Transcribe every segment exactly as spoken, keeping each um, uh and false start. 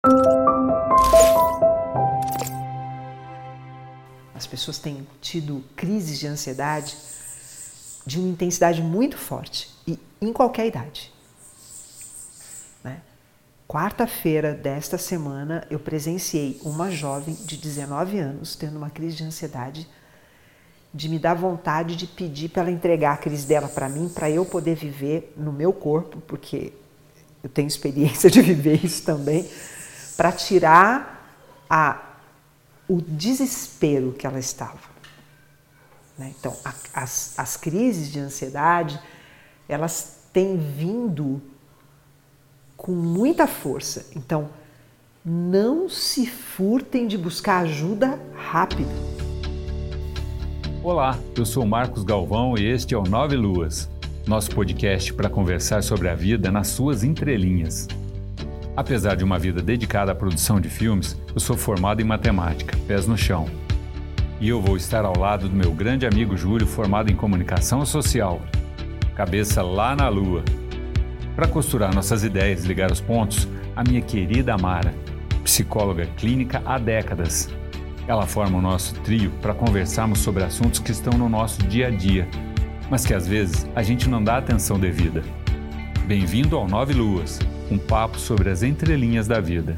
As pessoas têm tido crises de ansiedade de uma intensidade muito forte e em qualquer idade. Né? Quarta-feira desta semana eu presenciei uma jovem de dezenove anos tendo uma crise de ansiedade, de me dar vontade de pedir para ela entregar a crise dela para mim, para eu poder viver no meu corpo, porque eu tenho experiência de viver isso também, para tirar a, o desespero que ela estava. Né? Então, a, as, as crises de ansiedade, elas têm vindo com muita força. Então, não se furtem de buscar ajuda rápido. Olá, eu sou Marcos Galvão e este é o Nove Luas, nosso podcast para conversar sobre a vida nas suas entrelinhas. Apesar de uma vida dedicada à produção de filmes, eu sou formado em matemática, pés no chão. E eu vou estar ao lado do meu grande amigo Júlio, formado em comunicação social, cabeça lá na lua. Para costurar nossas ideias e ligar os pontos, a minha querida Amara, psicóloga clínica há décadas. Ela forma o nosso trio para conversarmos sobre assuntos que estão no nosso dia a dia, mas que às vezes a gente não dá atenção devida. Bem-vindo ao Nove Luas, um papo sobre as entrelinhas da vida.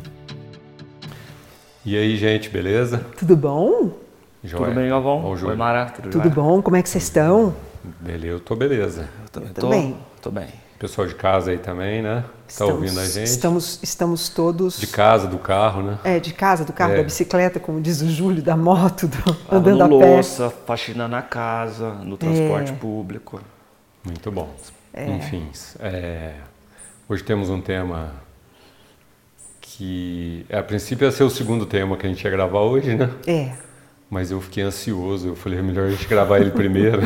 E aí, gente, beleza? Tudo bom? Joia. Tudo bem, Galvão? Bom, Oi, Mara. Tudo, Tudo bom? Como é que vocês estão? Beleza, eu tô beleza. Eu também Eu tô, também. tô bem. Pessoal de casa aí também, né? Tá Estamos- ouvindo a gente? Estamos, estamos todos... De casa, do carro, né? É, de casa, do carro, É. da bicicleta, como diz o Júlio, da moto, do, Lavando andando a pé. louça, faxina na casa, no transporte É. público. Muito bom. Enfim, é, hoje temos um tema que, a princípio, ia ser o segundo tema que a gente ia gravar hoje, né? É. Mas eu fiquei ansioso, eu falei, é melhor a gente gravar ele primeiro.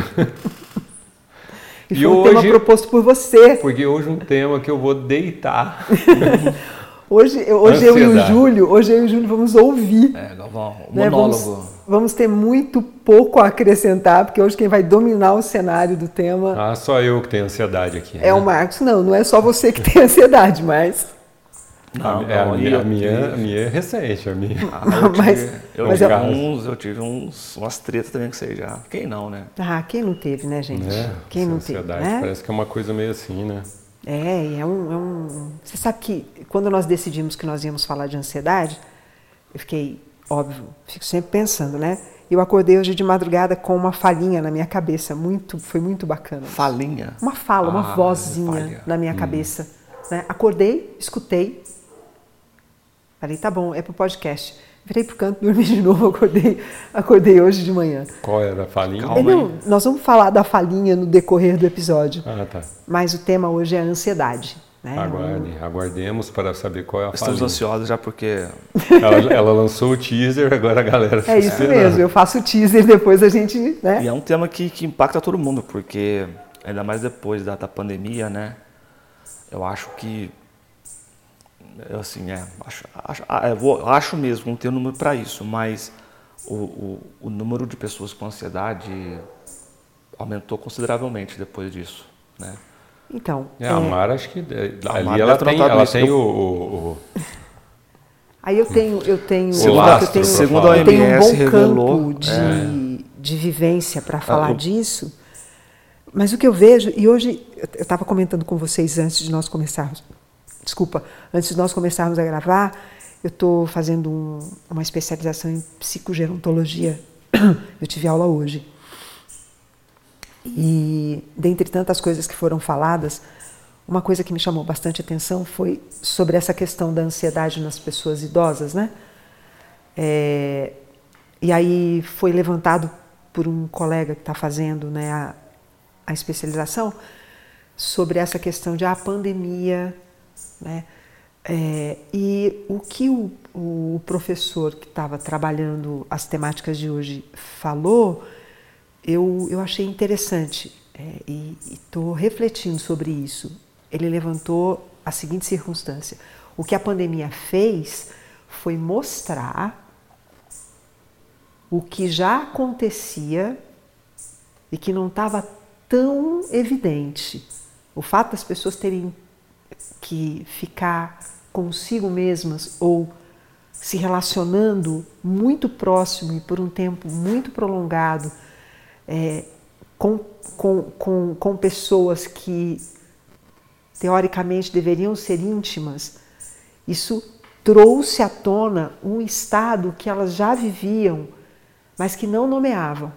E, E foi um tema hoje- proposto por você. Porque hoje um tema que eu vou deitar. Hoje, eu- hoje eu e o Ansiedade. Júlio, hoje eu e o Júlio vamos ouvir. É, Galvão, o né? monólogo. Vamos, vamos ter muito pouco a acrescentar, porque hoje quem vai dominar o cenário do tema Ah, só eu que tenho ansiedade aqui. é né? o Marcos. Não, não é só você que tem ansiedade, mas... Não, É, a, não, minha, eu a, minha, a tive- minha é recente, a minha. Ah, eu tive, Mas- eu mas tive eu- uns, eu tive uns, umas tretas também com você já. Quem não, né? Ah, quem não teve, né, gente? Né? Quem não Essa teve, ansiedade né? parece que é uma coisa meio assim, né? É, e é um, é um... Você sabe que quando nós decidimos que nós íamos falar de ansiedade, eu fiquei, óbvio, fico sempre pensando, né? Eu acordei hoje de madrugada com uma falinha na minha cabeça, muito, foi muito bacana. Falinha. Uma fala, uma Ah, vozinha falha. na minha cabeça. Né? Acordei, escutei, falei, tá bom, é pro podcast. Virei pro canto, dormi de novo, acordei, acordei hoje de manhã. Qual era a falinha? Calma. É, não, nós vamos falar da falinha no decorrer do episódio, Ah, tá. mas o tema hoje é a ansiedade. Né? Aguardem, aguardemos para saber qual é a Estamos falinha. ansiosos já porque Ela, ela lançou o teaser, agora a galera fica É isso esperando. mesmo, eu faço o teaser, depois a gente... Né? E é um tema que, que impacta todo mundo, porque ainda mais depois da, da pandemia, né? Eu acho que, eu, assim, é, acho, acho, ah, eu vou, acho mesmo, não tenho número para isso, mas o, o, o número de pessoas com ansiedade aumentou consideravelmente depois disso, né? Então, É, a Mara, acho que é, A ali Mara ela deve ter tem, notado ela isso. tem Eu- o, o- o- aí eu tenho, eu tenho, Segundo eu a- tenho, segundo a eu tenho um OMS bom revelou, campo de, de vivência para falar eu- disso, mas o que eu vejo, e hoje eu estava comentando com vocês antes de nós começarmos, desculpa, antes de nós começarmos a gravar, eu estou fazendo um- uma especialização em psicogerontologia, eu tive aula hoje. E, dentre tantas coisas que foram faladas, uma coisa que me chamou bastante atenção foi sobre essa questão da ansiedade nas pessoas idosas, né? É, e aí foi levantado por um colega que está fazendo, né, a, a especialização sobre essa questão de a pandemia, né? É, e o que o, o professor que estava trabalhando as temáticas de hoje falou, eu, eu achei interessante, é, e estou refletindo sobre isso. Ele levantou a seguinte circunstância: o que a pandemia fez foi mostrar o que já acontecia e que não estava tão evidente. O fato das pessoas terem que ficar consigo mesmas ou se relacionando muito próximo e por um tempo muito prolongado é, com, com, com, com pessoas que teoricamente deveriam ser íntimas, isso trouxe à tona um estado que elas já viviam, mas que não nomeavam.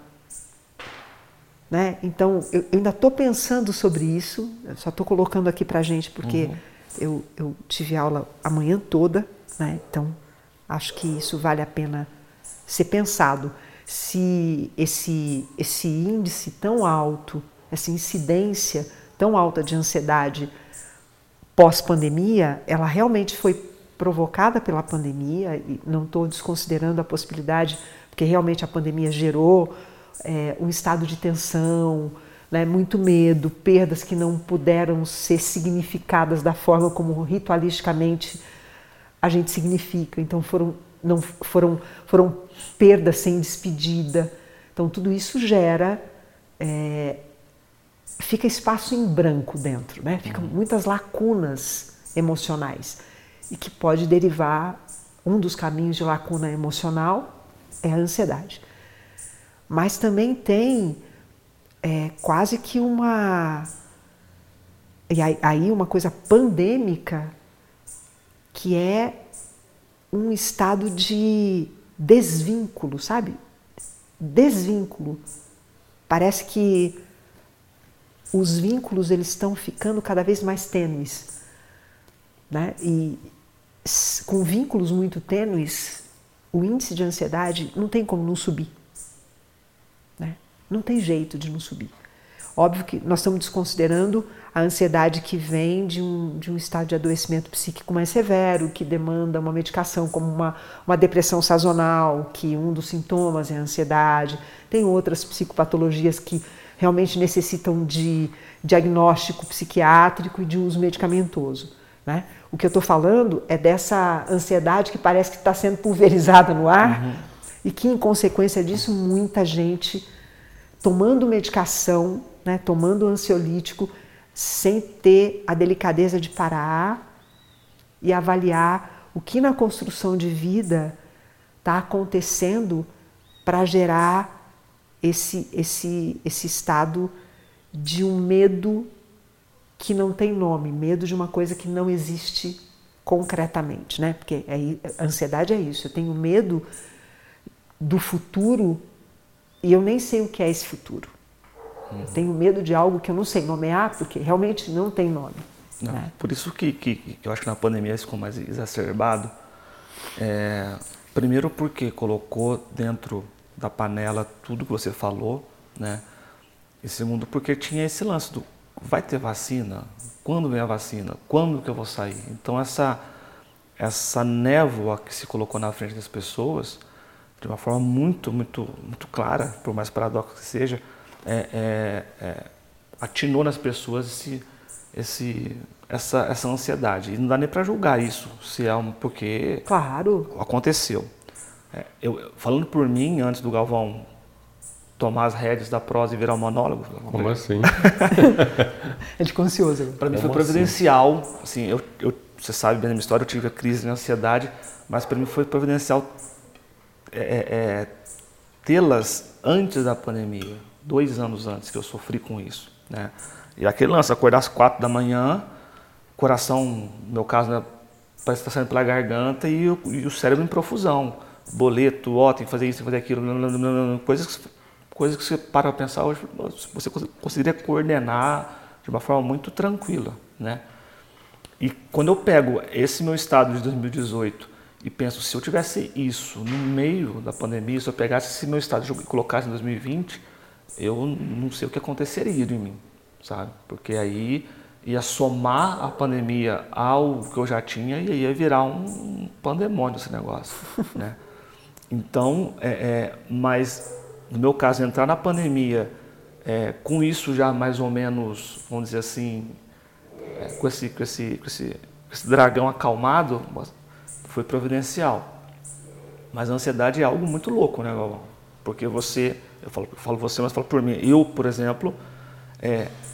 Né? Então, eu, eu ainda estou pensando sobre isso, eu só estou colocando aqui para a gente porque uhum. eu, eu tive aula a manhã toda, né? Então acho que isso vale a pena ser pensado. Se esse, esse índice tão alto, essa incidência tão alta de ansiedade pós-pandemia, ela realmente foi provocada pela pandemia, e não estou desconsiderando a possibilidade, porque realmente a pandemia gerou é, um estado de tensão, né, muito medo, perdas que não puderam ser significadas da forma como ritualisticamente a gente significa. Então foram, não, foram, foram perdas sem despedida. Então tudo isso gera... É, fica espaço em branco dentro, né? Ficam muitas lacunas emocionais e que pode derivar, um dos caminhos de lacuna emocional é a ansiedade. Mas também tem é, quase que uma... E aí uma coisa pandêmica, que é um estado de desvínculo, sabe? Desvínculo. Parece que os vínculos eles estão ficando cada vez mais tênues, né? E com vínculos muito tênues, o índice de ansiedade não tem como não subir, né? Não tem jeito de não subir. Óbvio que nós estamos desconsiderando a ansiedade que vem de um, de um estado de adoecimento psíquico mais severo, que demanda uma medicação, como uma, uma depressão sazonal, que um dos sintomas é a ansiedade. Tem outras psicopatologias que realmente necessitam de diagnóstico psiquiátrico e de uso medicamentoso, né? O que eu estou falando é dessa ansiedade que parece que está sendo pulverizada no ar uhum. e que, em consequência disso, muita gente tomando medicação, né, tomando ansiolítico, sem ter a delicadeza de parar e avaliar o que na construção de vida está acontecendo para gerar esse, esse, esse estado de um medo que não tem nome, medo de uma coisa que não existe concretamente, né? Porque a ansiedade é isso, eu tenho medo do futuro e eu nem sei o que é esse futuro. Eu tenho medo de algo que eu não sei nomear, porque realmente não tem nome. Não, né? Por isso que, que, que eu acho que na pandemia isso ficou mais exacerbado. É, primeiro porque colocou dentro da panela tudo que você falou, né? E segundo porque tinha esse lance do vai ter vacina? Quando vem a vacina? Quando que eu vou sair? Então essa, essa névoa que se colocou na frente das pessoas, de uma forma muito, muito, muito clara, por mais paradoxo que seja, É, é, é, atinou nas pessoas esse, esse, essa, essa ansiedade. E não dá nem para julgar isso, se é um, porque claro. aconteceu. É, eu, falando por mim, antes do Galvão tomar as rédeas da prosa e virar um monólogo. Como assim? É de ansioso. Para mim foi providencial. Assim, eu, eu, você sabe bem da minha história, eu tive a crise de ansiedade, mas para mim foi providencial é, é, tê-las antes da pandemia. Dois anos antes que eu sofri com isso, né? E aquele lance, acordar às quatro da manhã, coração, no meu caso, né, parece que está saindo pela garganta e o, e o cérebro em profusão. Boleto, ó, tem que fazer isso, tem que fazer aquilo, coisas que, coisas que você para para pensar hoje, você conseguiria coordenar de uma forma muito tranquila, né? E quando eu pego esse meu estado de dois mil e dezoito e penso, se eu tivesse isso no meio da pandemia, se eu pegasse esse meu estado e colocasse em dois mil e vinte, eu não sei o que aconteceria de mim, sabe? Porque aí ia somar a pandemia ao que eu já tinha e ia virar um pandemônio esse negócio, né? Então, é, é, mas no meu caso, entrar na pandemia é, com isso já mais ou menos, vamos dizer assim, é, com, esse, com, esse, com, esse, com esse dragão acalmado, foi providencial. Mas a ansiedade é algo muito louco, né, Galvão? Porque você... Eu falo, eu falo você, mas falo por mim. Eu, por exemplo, é,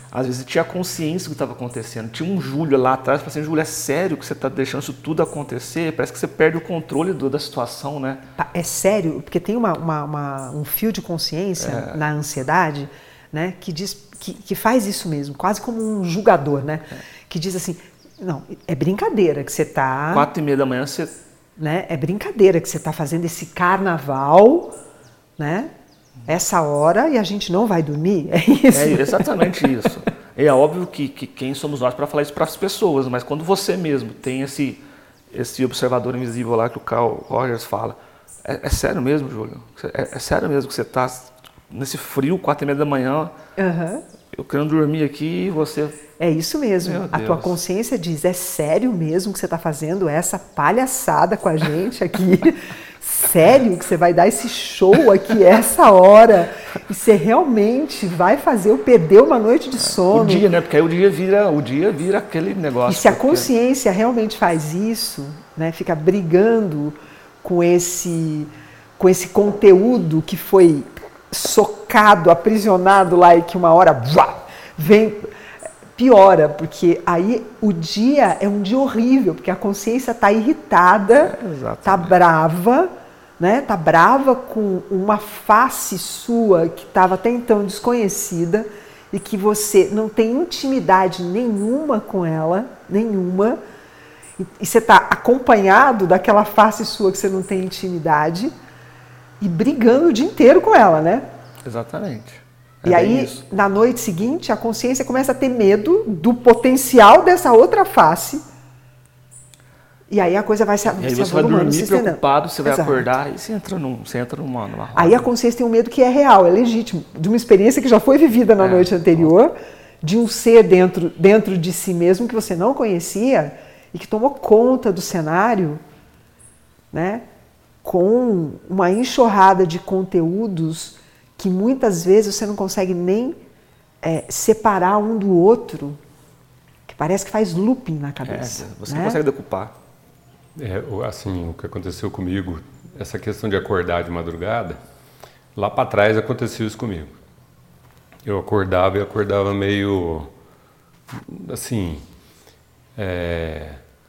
às vezes tinha consciência do que estava acontecendo. Tinha um Júlio lá atrás, falando assim, Júlio, é sério que você está deixando isso tudo acontecer? Parece que você perde o controle do, da situação, né? É sério, porque tem uma, uma, uma, um fio de consciência é. na ansiedade, né, que, diz, que, que faz isso mesmo, quase como um julgador, né? É. Que diz assim, não, é brincadeira que você está... Quatro e meia da manhã você... Né, é brincadeira que você está fazendo esse carnaval, né? Essa hora e a gente não vai dormir, é isso? É exatamente isso. É óbvio que, que quem somos nós para falar isso para as pessoas, mas quando você mesmo tem esse, esse observador invisível lá que o Carl Rogers fala, é, é sério mesmo, Júlio? É, é sério mesmo que você está nesse frio, quatro e meia da manhã, uhum. eu querendo dormir aqui e você... É isso mesmo, a tua consciência diz, é sério mesmo que você está fazendo essa palhaçada com a gente aqui? Sério que você vai dar esse show aqui essa hora e você realmente vai fazer eu perder uma noite de sono? O dia, né? Porque aí o dia vira, o dia vira aquele negócio. E se a consciência realmente faz isso, né? Fica brigando com esse, com esse conteúdo que foi socado, aprisionado lá e que uma hora blá, vem... piora, porque aí o dia é um dia horrível, porque a consciência está irritada, está brava, né? Está brava com uma face sua que estava até então desconhecida e que você não tem intimidade nenhuma com ela, nenhuma, e, e você está acompanhado daquela face sua que você não tem intimidade e brigando o dia inteiro com ela, né? Exatamente. É e aí, isso. na noite seguinte, a consciência começa a ter medo do potencial dessa outra face. E aí a coisa vai se avolumando. E aí você vai dormir preocupado, você vai Exato. acordar e você entra, num, você entra numa, numa roda. Aí a consciência tem um medo que é real, é legítimo. De uma experiência que já foi vivida na é, noite anterior, de um ser dentro, dentro de si mesmo que você não conhecia e que tomou conta do cenário, né, com uma enxurrada de conteúdos que muitas vezes você não consegue nem é, separar um do outro, que parece que faz looping na cabeça. É, você né? não consegue decupar. É, assim, o que aconteceu comigo, essa questão de acordar de madrugada, lá para trás aconteceu isso comigo. Eu acordava e acordava meio, assim, é,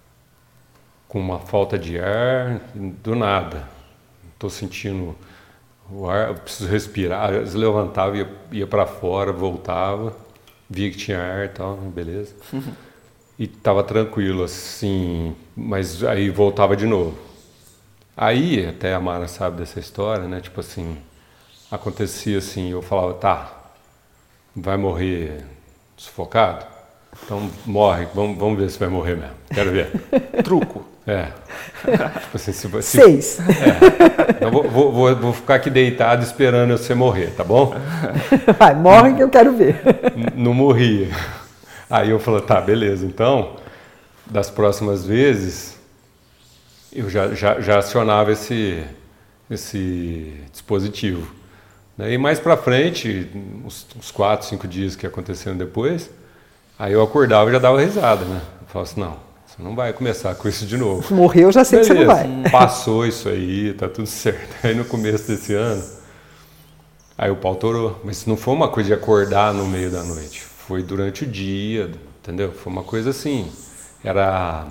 com uma falta de ar, do nada. Estou sentindo... o ar, eu preciso respirar, eu levantava, ia, ia para fora, voltava, via que tinha ar e tal, beleza. E tava tranquilo, assim, mas aí voltava de novo. Aí, até a Mara sabe dessa história, né, tipo assim, acontecia assim, eu falava, tá, vai morrer sufocado? Então morre, vamos, vamos ver se vai morrer mesmo, quero ver. Truco. É. Tipo assim, se, se, Seis. É. Eu vou, vou, vou, vou ficar aqui deitado esperando você morrer, tá bom? Vai, morre que eu quero ver. N- não morria. Aí eu falei, tá, beleza. Então, das próximas vezes, eu já, já, já acionava esse, esse dispositivo. E mais pra frente, uns, uns quatro, cinco dias que aconteceram depois, aí eu acordava e já dava risada, né? Eu falava assim, não, você não vai começar com isso de novo. Morreu, já sei Beleza, que você não vai. Passou isso aí, tá tudo certo. Aí no começo desse ano, aí o pau torou. Mas não foi uma coisa de acordar no meio da noite. Foi durante o dia, entendeu? Foi uma coisa assim, era,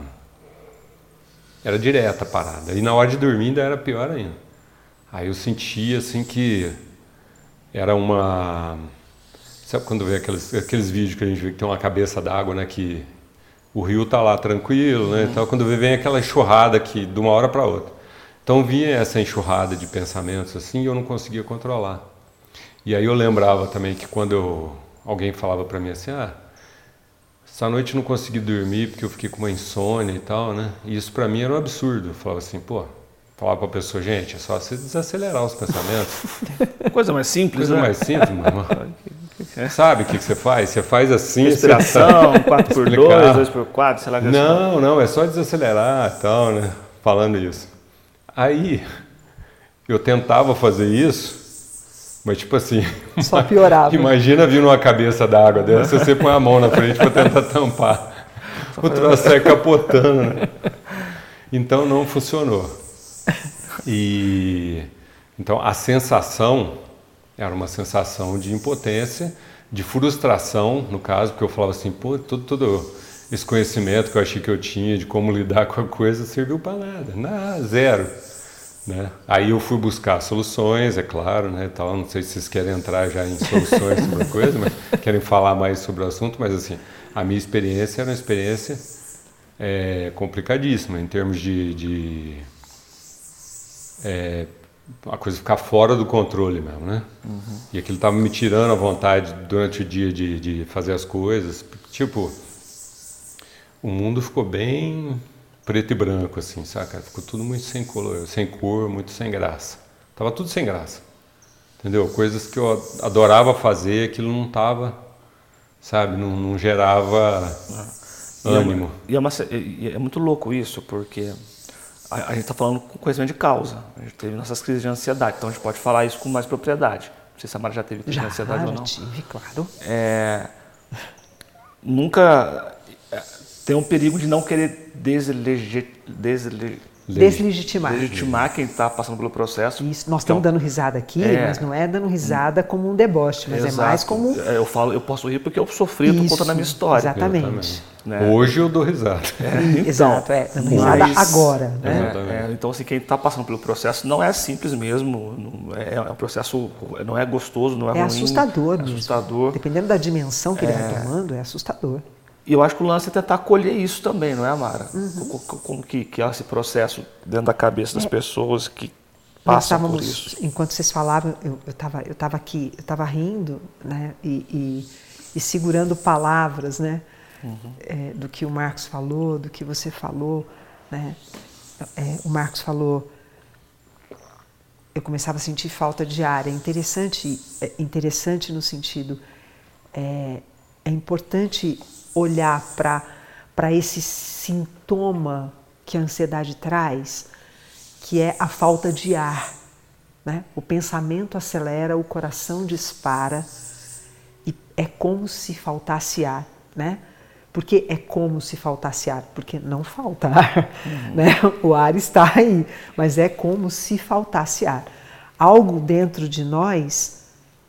era direta a parada. E na hora de dormir ainda era pior ainda. Aí eu sentia assim que era uma... Sabe quando vê aqueles, aqueles vídeos que a gente vê que tem uma cabeça d'água, né? Que o rio tá lá tranquilo, né? Então quando vem aquela enxurrada que de uma hora para outra. Então vinha essa enxurrada de pensamentos assim e eu não conseguia controlar. E aí eu lembrava também que quando eu, alguém falava para mim assim, ah, essa noite eu não consegui dormir porque eu fiquei com uma insônia e tal, né? E isso para mim era um absurdo. Eu falava assim, pô, falar para a pessoa, gente, é só você desacelerar os pensamentos. Coisa mais simples, Coisa né? mais simples, mano. Sabe o que, que você faz? Você faz assim... Respiração, quatro por dois, dois por quatro, sei lá. Não, não, é só desacelerar e tal, né? Falando isso. Aí, eu tentava fazer isso, mas tipo assim... Só piorava. Imagina vir numa cabeça d'água dessa, você põe a mão na frente para tentar tampar. O troço sai capotando, né? Então, não funcionou. E... Então, a sensação... Era uma sensação de impotência, de frustração, no caso, porque eu falava assim, pô, todo, todo esse conhecimento que eu achei que eu tinha de como lidar com a coisa serviu para nada, nada, zero. Né? Aí eu fui buscar soluções, é claro, né, tal. Não sei se vocês querem entrar já em soluções sobre a coisa, mas querem falar mais sobre o assunto, mas assim, a minha experiência era uma experiência é, complicadíssima em termos de, de é, a coisa ficar fora do controle mesmo, né? Uhum. E aquilo estava me tirando a vontade durante o dia de, de fazer as coisas, tipo, o mundo ficou bem preto e branco, assim, saca? Ficou tudo muito sem cor, sem cor, muito sem graça. Tava tudo sem graça, entendeu? Coisas que eu adorava fazer, aquilo não tava, sabe? Não, não gerava é. ânimo. E é, uma, e é, é muito louco isso, porque a, a gente está falando com conhecimento de causa. A gente teve nossas crises de ansiedade, então a gente pode falar isso com mais propriedade. Não sei se a Mara já teve crise já, de ansiedade ou não. Já tive, claro. É, nunca... Tem um perigo de não querer deslegi, desle, deslegitimar. deslegitimar quem está passando pelo processo. Isso, nós então, estamos dando risada aqui, é, mas não é dando risada como um deboche, mas exato. é mais como... Eu falo, eu posso rir porque eu sofri, eu estou contando a minha história. Exatamente. Né? Hoje eu dou risada. É, então, exato, é, dando risada mas, agora. Né? É, é, então, assim, quem está passando pelo processo não é simples mesmo, não é, é um processo, não é gostoso, não é, é ruim. Assustador, é assustador. Dependendo da dimensão que é, ele vai tomando, é assustador. E eu acho que o lance é tentar acolher isso também, não é, Amara? Uhum. Como que, que é esse processo dentro da cabeça das é. pessoas que passam por isso. Enquanto vocês falavam, eu estava eu tava aqui, eu estava rindo, né, e, e, e segurando palavras, né, uhum. é, do que o Marcos falou, do que você falou, né. É, o Marcos falou, eu começava a sentir falta de ar. É interessante, é interessante no sentido, é, é importante olhar para esse sintoma que a ansiedade traz, que é a falta de ar. Né? O pensamento acelera, o coração dispara e é como se faltasse ar. Né? Por que é como se faltasse ar? Porque não falta ar. Uhum. Né? O ar está aí, mas é como se faltasse ar. Algo dentro de nós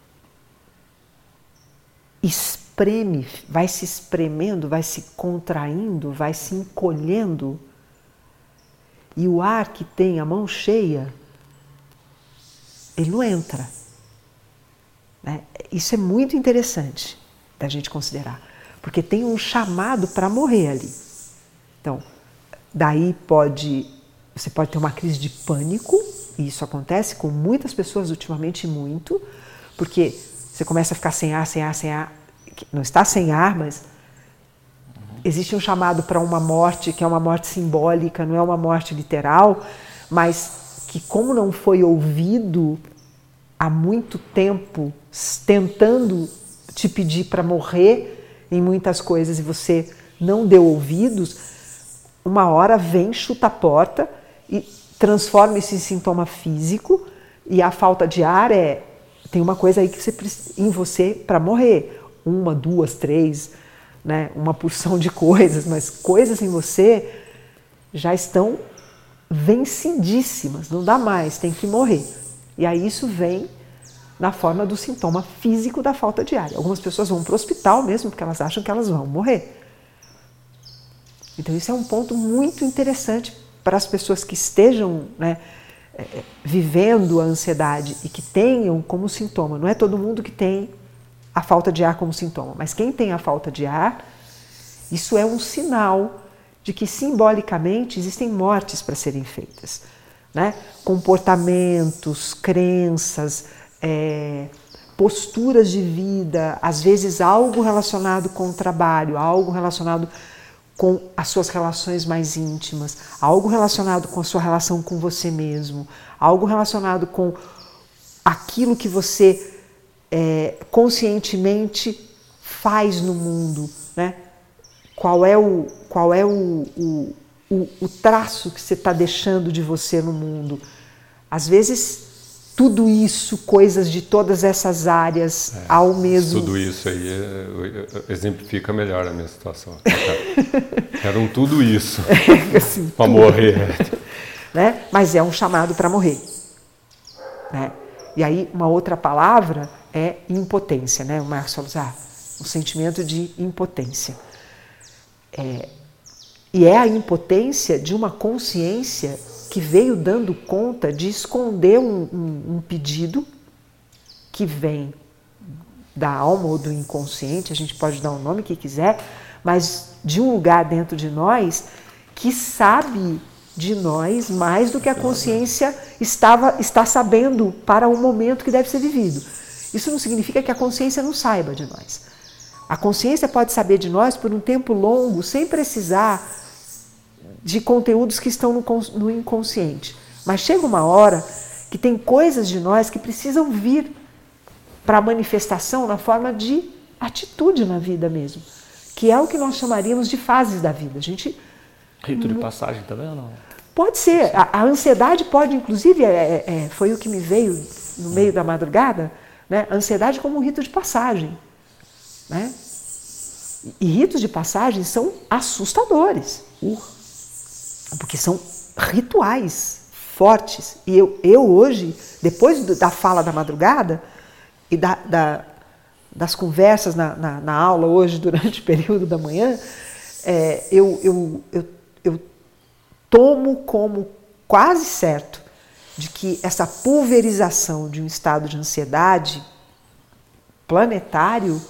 espreme, vai se espremendo, vai se contraindo, vai se encolhendo. E o ar que tem a mão cheia, ele não entra. Né? Isso é muito interessante da gente considerar, porque tem um chamado para morrer ali. Então, daí pode, você pode ter uma crise de pânico, e isso acontece com muitas pessoas ultimamente muito, porque você começa a ficar sem ar, sem ar, sem ar, não está sem ar, mas existe um chamado para uma morte que é uma morte simbólica, não é uma morte literal, mas que como não foi ouvido há muito tempo, tentando te pedir para morrer em muitas coisas e você não deu ouvidos, uma hora vem, chuta a porta e transforma isso em sintoma físico, e a falta de ar é, tem uma coisa aí que você, em você para morrer. Uma, duas, três, né, uma porção de coisas, mas coisas em você já estão vencidíssimas, não dá mais, tem que morrer. E aí isso vem na forma do sintoma físico da falta de ar. Algumas pessoas vão para o hospital mesmo porque elas acham que elas vão morrer. Então isso é um ponto muito interessante para as pessoas que estejam, né, vivendo a ansiedade e que tenham como sintoma. Não é todo mundo que tem a falta de ar como sintoma, mas quem tem a falta de ar, isso é um sinal de que simbolicamente existem mortes para serem feitas. Né? Comportamentos, crenças, é, posturas de vida, às vezes algo relacionado com o trabalho, algo relacionado com as suas relações mais íntimas, algo relacionado com a sua relação com você mesmo, algo relacionado com aquilo que você É, conscientemente faz no mundo, né? Qual é o, qual é o, o, o, o traço que você está deixando de você no mundo. Às vezes, tudo isso, coisas de todas essas áreas é, ao mesmo... Tudo isso aí é, exemplifica melhor a minha situação. Era um tudo isso é, assim, para morrer. Né? Mas é um chamado para morrer. Né? E aí, uma outra palavra é impotência, né? O Marcos falou, ah, o sentimento de impotência. É, e é a impotência de uma consciência que veio dando conta de esconder um, um, um pedido que vem da alma ou do inconsciente, a gente pode dar o nome que quiser, mas de um lugar dentro de nós que sabe de nós mais do que a consciência estava, está sabendo para o momento que deve ser vivido. Isso não significa que a consciência não saiba de nós. A consciência pode saber de nós por um tempo longo, sem precisar de conteúdos que estão no, no inconsciente. Mas chega uma hora que tem coisas de nós que precisam vir para a manifestação na forma de atitude na vida mesmo, que é o que nós chamaríamos de fases da vida. A gente Rito de passagem também ou não? Pode ser. A, a ansiedade pode, inclusive, é, é, foi o que me veio no meio da madrugada, né? A ansiedade como um rito de passagem, né? E, e ritos de passagem são assustadores, uh, porque são rituais fortes. E eu, eu hoje, depois do, da fala da madrugada e da, da, das conversas na, na, na aula hoje, durante o período da manhã, é, eu, eu, eu, eu tomo como quase certo de que essa pulverização de um estado de ansiedade planetário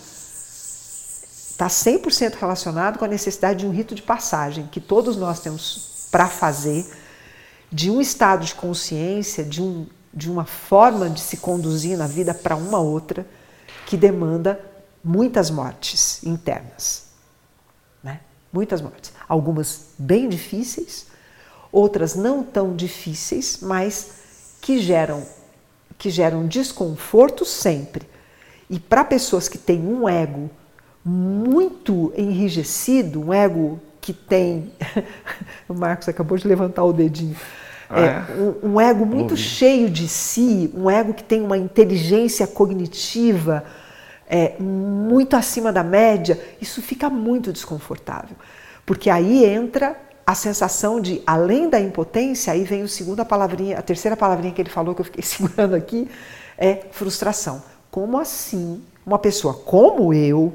está cem por cento relacionado com a necessidade de um rito de passagem que todos nós temos para fazer, de um estado de consciência, de, um, de uma forma de se conduzir na vida para uma outra, que demanda muitas mortes internas, né? Muitas mortes. Algumas bem difíceis, outras não tão difíceis, mas que geram, que geram desconforto sempre. E para pessoas que têm um ego muito enrijecido, um ego que tem... O Marcos acabou de levantar o dedinho. Ah, é, é? Um, um ego muito Ouvi. cheio de si, um ego que tem uma inteligência cognitiva é, muito acima da média, isso fica muito desconfortável. Porque aí entra a sensação de, além da impotência, aí vem a segunda palavrinha, a terceira palavrinha que ele falou, que eu fiquei segurando aqui, é frustração. Como assim uma pessoa como eu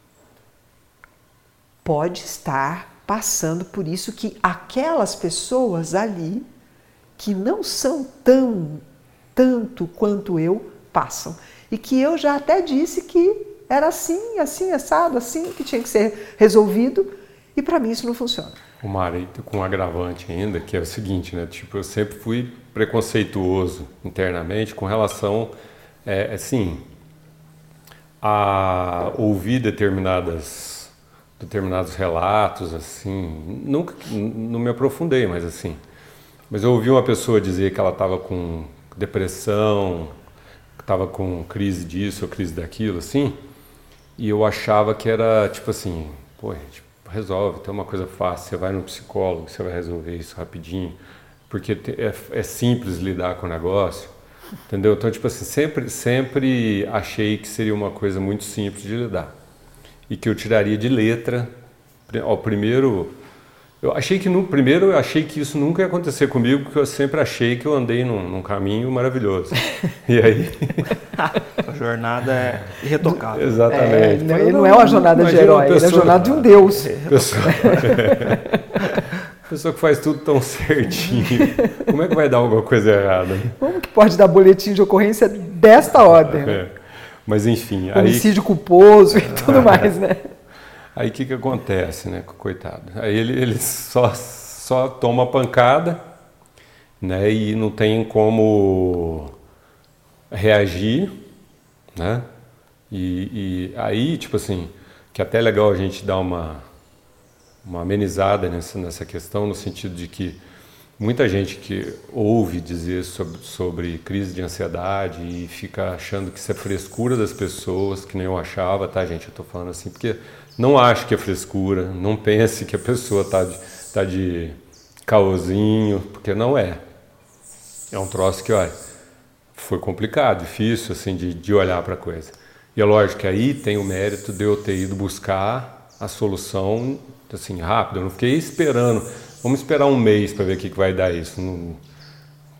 pode estar passando por isso que aquelas pessoas ali, que não são tão, tanto quanto eu, passam? E que eu já até disse que era assim, assim, assado, assim, que tinha que ser resolvido, e para mim isso não funciona. O Mari, com um agravante ainda, que é o seguinte, né? Tipo, eu sempre fui preconceituoso internamente com relação, é, assim, a ouvir determinadas, determinados relatos, assim, nunca, não me aprofundei, mas assim, mas eu ouvi uma pessoa dizer que ela estava com depressão, que estava com crise disso ou crise daquilo, assim, e eu achava que era, tipo assim, pô, tipo, resolve, tem uma coisa fácil, você vai no psicólogo, você vai resolver isso rapidinho, porque é, é simples lidar com o negócio, entendeu? Então, tipo assim, sempre, sempre achei que seria uma coisa muito simples de lidar e que eu tiraria de letra. Ao primeiro, eu achei que no primeiro eu achei que isso nunca ia acontecer comigo, porque eu sempre achei que eu andei num, num caminho maravilhoso. E aí a jornada é irretocável. Exatamente. É, ele não é uma jornada de herói, ele é a jornada de um Deus. Pessoa, pessoa que faz tudo tão certinho. Como é que vai dar alguma coisa errada? Como que pode dar boletim de ocorrência desta ordem? Né? É. Mas enfim... Homicídio aí... culposo e tudo mais, né? Aí o que que acontece, né, coitado? Aí ele, ele só, só toma pancada, né, e não tem como reagir, né? E, e aí, tipo assim, que até é legal a gente dar uma, uma amenizada nessa, nessa questão, no sentido de que muita gente que ouve dizer sobre, sobre crise de ansiedade e fica achando que isso é frescura das pessoas, que nem eu achava, tá, gente? Eu tô falando assim porque não acho que é frescura, não pense que a pessoa tá de, tá de caosinho, porque não é. É um troço que, olha, foi complicado, difícil, assim, de, de olhar para a coisa. E é lógico que aí tem o mérito de eu ter ido buscar a solução, assim, rápido. Eu não fiquei esperando, vamos esperar um mês para ver o que, que vai dar isso. Não,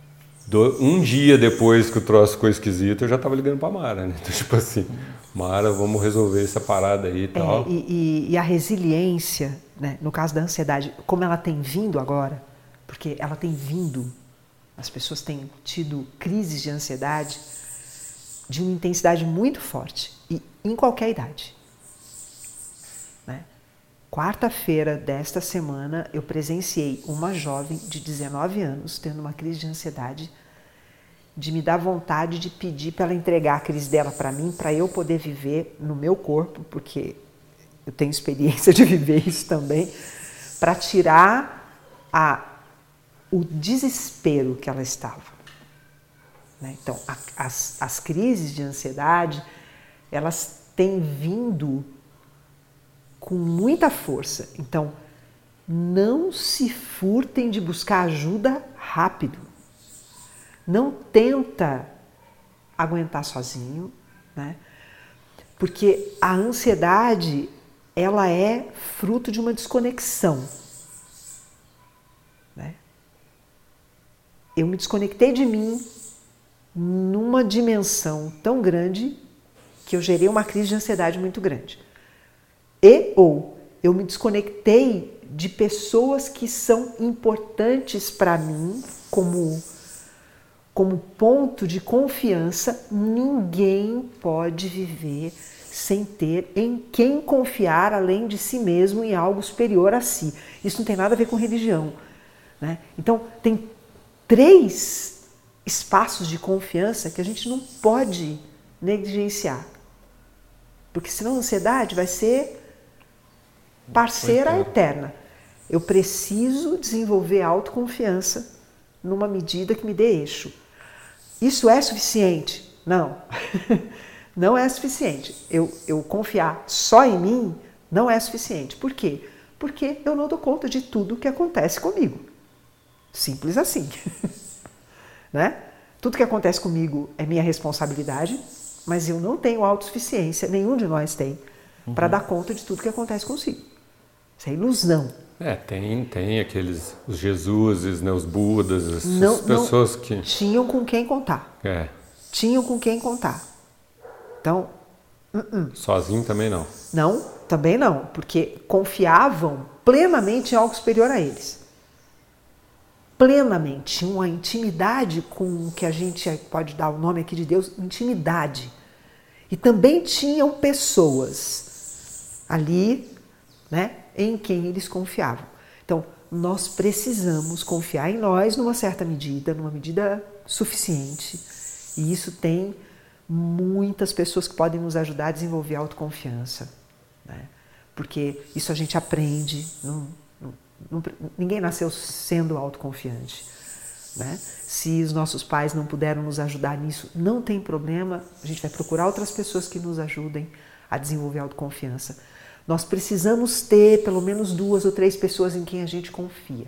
do, um dia depois que o troço ficou esquisito, eu já tava ligando pra Mara, né? Então, tipo assim, Mara, vamos resolver essa parada aí e tal. É, e, e, e a resiliência, né, no caso da ansiedade, como ela tem vindo agora, porque ela tem vindo, as pessoas têm tido crises de ansiedade de uma intensidade muito forte, e em qualquer idade. Né? Quarta-feira desta semana, eu presenciei uma jovem de dezenove anos tendo uma crise de ansiedade, de me dar vontade de pedir para ela entregar a crise dela para mim, para eu poder viver no meu corpo, porque eu tenho experiência de viver isso também, para tirar a, o desespero que ela estava. Né? Então, a, as, as crises de ansiedade, elas têm vindo com muita força. Então, não se furtem de buscar ajuda rápido. Não tenta aguentar sozinho, né? Porque a ansiedade, ela é fruto de uma desconexão. Né? Eu me desconectei de mim numa dimensão tão grande que eu gerei uma crise de ansiedade muito grande. E ou eu me desconectei de pessoas que são importantes para mim como como ponto de confiança. Ninguém pode viver sem ter em quem confiar além de si mesmo em algo superior a si. Isso não tem nada a ver com religião. Né? Então, tem três espaços de confiança que a gente não pode negligenciar. Porque senão a ansiedade vai ser parceira eterna. Eu preciso desenvolver autoconfiança numa medida que me dê eixo. Isso é suficiente? Não. Não é suficiente. Eu, eu confiar só em mim não é suficiente. Por quê? Porque eu não dou conta de tudo que acontece comigo. Simples assim. Né? Tudo que acontece comigo é minha responsabilidade, mas eu não tenho autossuficiência, nenhum de nós tem, uhum. para dar conta de tudo que acontece consigo. Isso é ilusão. É, tem, tem aqueles, os Jesuses, né, os Budas, as não, pessoas não que... tinham com quem contar. É. Tinham com quem contar. Então... Uh -uh. Sozinho também não. Não, também não, porque confiavam plenamente em algo superior a eles. Plenamente, tinham uma intimidade com o que a gente pode dar o nome aqui de Deus, intimidade. E também tinham pessoas ali, né, em quem eles confiavam. Então, nós precisamos confiar em nós numa certa medida, numa medida suficiente. E isso tem muitas pessoas que podem nos ajudar a desenvolver a autoconfiança. Né? Porque isso a gente aprende. Não, não, não, ninguém nasceu sendo autoconfiante. Né? Se os nossos pais não puderam nos ajudar nisso, não tem problema. A gente vai procurar outras pessoas que nos ajudem a desenvolver a autoconfiança. Nós precisamos ter pelo menos duas ou três pessoas em quem a gente confia.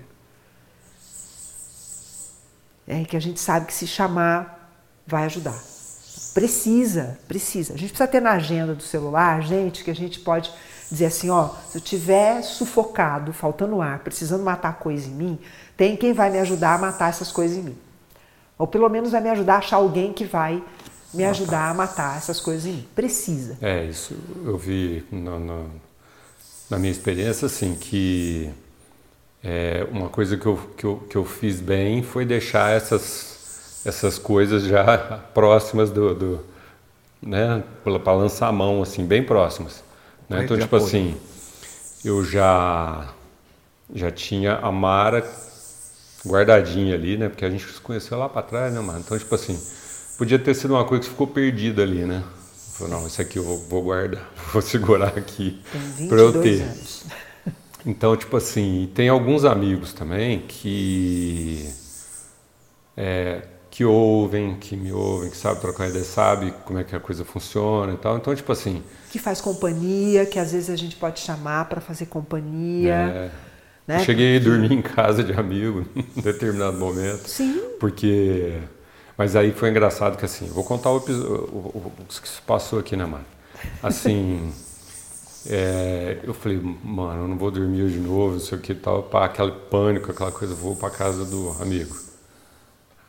É que a gente sabe que se chamar, vai ajudar. Precisa, precisa. A gente precisa ter na agenda do celular, gente, que a gente pode dizer assim, ó, se eu estiver sufocado, faltando ar, precisando matar coisa em mim, tem quem vai me ajudar a matar essas coisas em mim. Ou pelo menos vai me ajudar a achar alguém que vai me ajudar a matar essas coisas em mim. Precisa. É, isso eu vi no, no, na minha experiência, assim, que é, uma coisa que eu, que, eu, que eu fiz bem foi deixar essas, essas coisas já próximas do, do né, para lançar a mão, assim, bem próximas. Né? Então, tipo apoio. assim, eu já, já tinha a Mara guardadinha ali, né, porque a gente se conheceu lá para trás, né, mano? Então, tipo assim, podia ter sido uma coisa que ficou perdida ali, né? Eu falei, não, isso aqui eu vou, vou guardar, vou segurar aqui para eu ter. Anos. Então, tipo assim, tem alguns amigos também que é, que ouvem, que me ouvem, que sabem trocar ideia, sabem como é que a coisa funciona e tal. Então, tipo assim... Que faz companhia, que às vezes a gente pode chamar para fazer companhia. É, né? Eu cheguei porque... a dormir em casa de amigo em determinado momento. Sim. Porque... Mas aí foi engraçado que assim, vou contar o, o, o, o que se passou aqui, né, mano? Assim, é, eu falei, mano, eu não vou dormir hoje de novo, não sei o que e tal, pá, aquele pânico, aquela coisa, vou pra casa do amigo.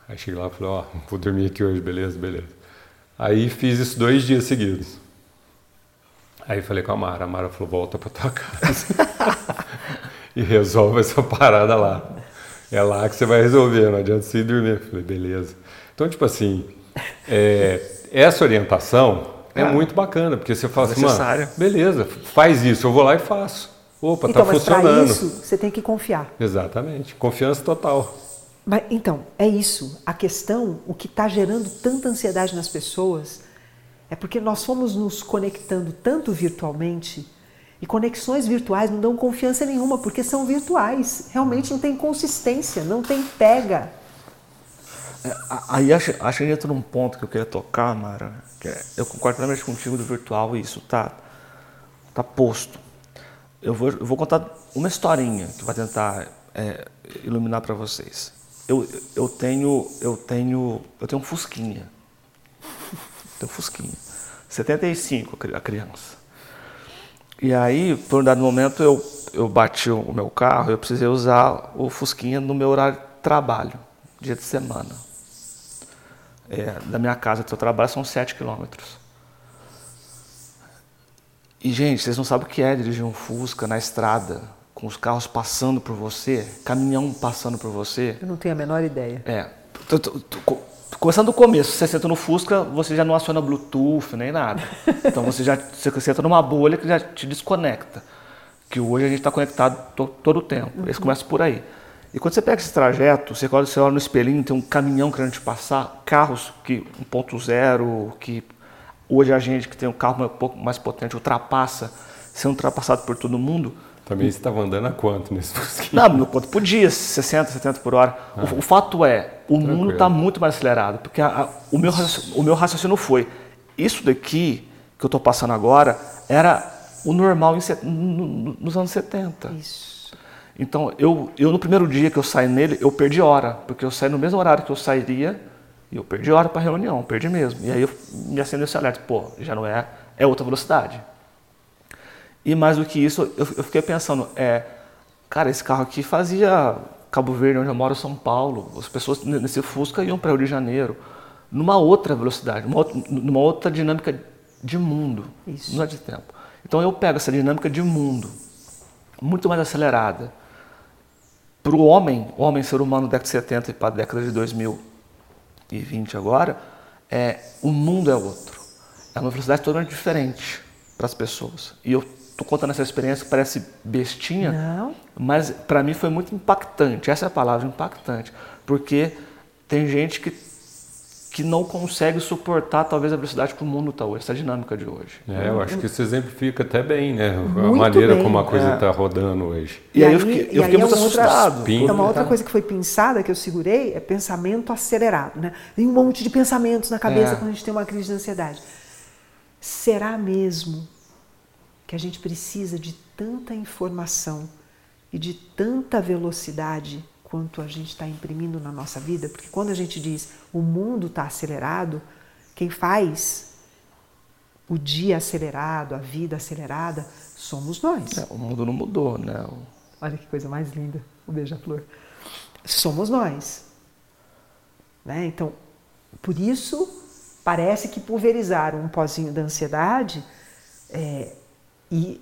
Aí cheguei lá e falei, ó, oh, vou dormir aqui hoje, beleza, beleza. Aí fiz isso dois dias seguidos. Aí falei com a Mara, a Mara falou, volta pra tua casa e resolve essa parada lá. É lá que você vai resolver, não adianta você ir dormir. Eu falei, beleza. Então, tipo assim, é, essa orientação é, é muito bacana, porque você fala assim, mano, beleza, faz isso, eu vou lá e faço. Opa, então, tá mas funcionando. Para isso, você tem que confiar. Exatamente, confiança total. Mas, então, é isso. A questão, o que está gerando tanta ansiedade nas pessoas, é porque nós fomos nos conectando tanto virtualmente, e conexões virtuais não dão confiança nenhuma, porque são virtuais. Realmente não tem consistência, não tem pega. É, aí acho, acho que entra num ponto que eu queria tocar, Mara, que é, eu concordo plenamente contigo do virtual, e isso tá, tá posto. Eu vou, eu vou contar uma historinha que vai tentar é, iluminar para vocês. Eu, eu tenho, eu tenho, eu tenho um Fusquinha. Tenho um Fusquinha. setenta e cinco a criança. E aí, por um dado momento, eu, eu bati o meu carro, eu precisei usar o Fusquinha no meu horário de trabalho, dia de semana. É, da minha casa até o trabalho são sete quilômetros. E, gente, vocês não sabem o que é dirigir um Fusca na estrada, com os carros passando por você, caminhão passando por você. Eu não tenho a menor ideia. É. Tô, tô, tô, começando do começo, você senta no Fusca, você já não aciona Bluetooth nem nada. Então você já você senta numa bolha que já te desconecta. Que hoje a gente está conectado to, todo o tempo. Uhum. Eles começam por aí. E quando você pega esse trajeto, você olha, você olha no espelhinho, tem um caminhão querendo te passar, carros que um ponto zero, que hoje a gente que tem um carro um pouco mais potente ultrapassa, sendo ultrapassado por todo mundo. Também você estava andando a quanto nesse Fusquinha? Não, quanto por dia, sessenta, setenta por hora. Ah, o, o fato é, o tranquilo. Mundo está muito mais acelerado, porque a, a, o, meu o meu raciocínio foi, isso daqui que eu estou passando agora era o normal em, no, nos anos setenta. Isso. Então, eu, eu no primeiro dia que eu saí nele, eu perdi hora, porque eu saí no mesmo horário que eu sairia, e eu perdi hora para a reunião, perdi mesmo. E aí eu me acendeu esse alerta, pô, já não é, é outra velocidade. E mais do que isso, eu, eu fiquei pensando, é, cara, esse carro aqui fazia Cabo Verde, onde eu moro, São Paulo, as pessoas nesse Fusca iam para Rio de Janeiro, numa outra velocidade, numa outra, numa outra dinâmica de mundo, isso. Não é de tempo. Então eu pego essa dinâmica de mundo, muito mais acelerada, para o homem, o homem ser humano da década de setenta e para a década de dois mil e vinte agora, é, o mundo é outro, é uma velocidade totalmente diferente para as pessoas. E eu estou contando essa experiência que parece bestinha, não. Mas para mim foi muito impactante, essa é a palavra, impactante, porque tem gente que, que não consegue suportar talvez a velocidade que o mundo está hoje, essa dinâmica de hoje. É, eu acho que isso exemplifica até bem, né? Muito a maneira bem. como a coisa está é. rodando hoje. E, e aí eu fiquei, eu fiquei é muito uma assustado. Outra, é uma outra coisa que foi pensada, que eu segurei, é pensamento acelerado, né? Tem um monte de pensamentos na cabeça é. quando a gente tem uma crise de ansiedade. Será mesmo que a gente precisa de tanta informação e de tanta velocidade quanto a gente está imprimindo na nossa vida? Porque quando a gente diz o mundo está acelerado, quem faz o dia acelerado, a vida acelerada, somos nós. É, o mundo não mudou, né? Olha que coisa mais linda, o beija-flor. Somos nós. Né? Então, por isso, parece que pulverizaram um pozinho da ansiedade é, e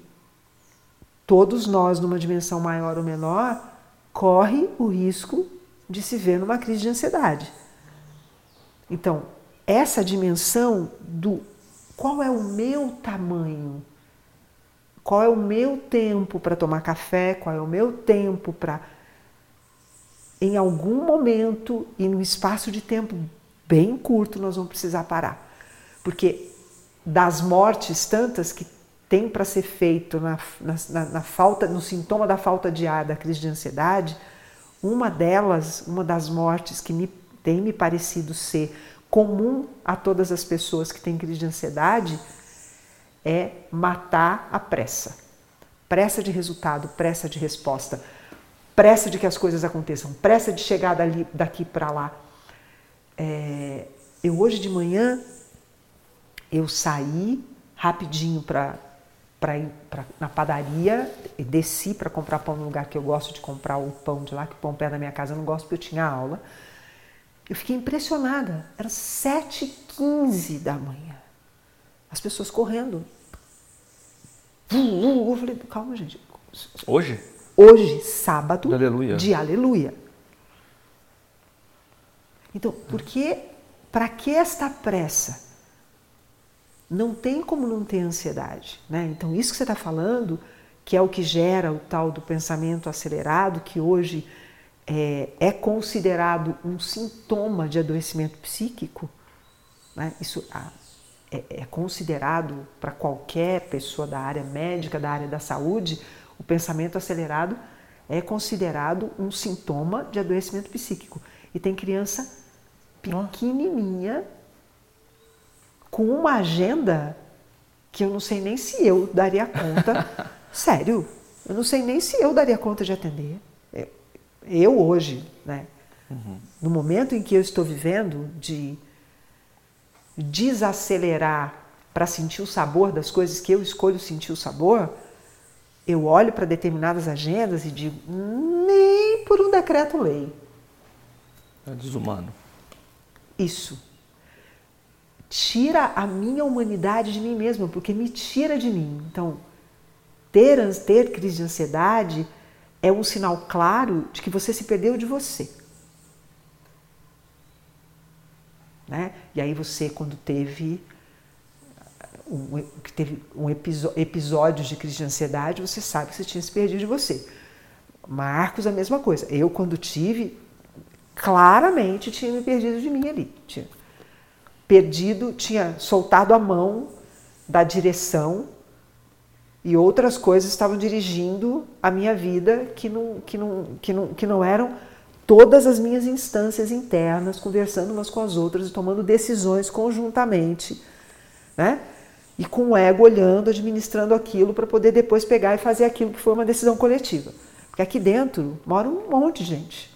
todos nós, numa dimensão maior ou menor, corre o risco de se ver numa crise de ansiedade. Então, essa dimensão do qual é o meu tamanho, qual é o meu tempo para tomar café, qual é o meu tempo para, em algum momento e num espaço de tempo bem curto, nós vamos precisar parar. Porque das mortes tantas que tem para ser feito na, na, na falta, no sintoma da falta de ar, da crise de ansiedade, uma delas, uma das mortes que me, tem me parecido ser comum a todas as pessoas que têm crise de ansiedade é matar a pressa. Pressa de resultado, pressa de resposta, pressa de que as coisas aconteçam, pressa de chegar dali, daqui para lá. É, eu hoje de manhã, eu saí rapidinho para para ir pra, na padaria, e desci para comprar pão no lugar que eu gosto de comprar o pão de lá, que o pão perto da minha casa eu não gosto porque eu tinha aula. Eu fiquei impressionada. Era sete e quinze da manhã. As pessoas correndo. Eu falei, calma, gente. Hoje? Hoje, sábado de aleluia. de aleluia. Então, por que, para que esta pressa? Não tem como não ter ansiedade, né? Então, isso que você está falando, que é o que gera o tal do pensamento acelerado, que hoje é, é considerado um sintoma de adoecimento psíquico, né? Isso é, é considerado para qualquer pessoa da área médica, da área da saúde, o pensamento acelerado é considerado um sintoma de adoecimento psíquico. E tem criança pequenininha com uma agenda que eu não sei nem se eu daria conta. Sério, eu não sei nem se eu daria conta de atender. Eu, eu hoje, né, uhum. no momento em que eu estou vivendo de desacelerar para sentir o sabor das coisas que eu escolho sentir o sabor, eu olho para determinadas agendas e digo, nem por um decreto-lei. É desumano. Isso. Tira a minha humanidade de mim mesma, porque me tira de mim. Então, ter, ter crise de ansiedade é um sinal claro de que você se perdeu de você. Né? E aí você, quando teve um, teve um episódio de crise de ansiedade, você sabe que você tinha se perdido de você. Marcos, a mesma coisa. Eu, quando tive, claramente tinha me perdido de mim ali. Tinha perdido, tinha soltado a mão da direção e outras coisas estavam dirigindo a minha vida que não, que não, que não, que não eram todas as minhas instâncias internas, conversando umas com as outras e tomando decisões conjuntamente, né? E com o ego olhando, administrando aquilo para poder depois pegar e fazer aquilo que foi uma decisão coletiva. Porque aqui dentro mora um monte de gente.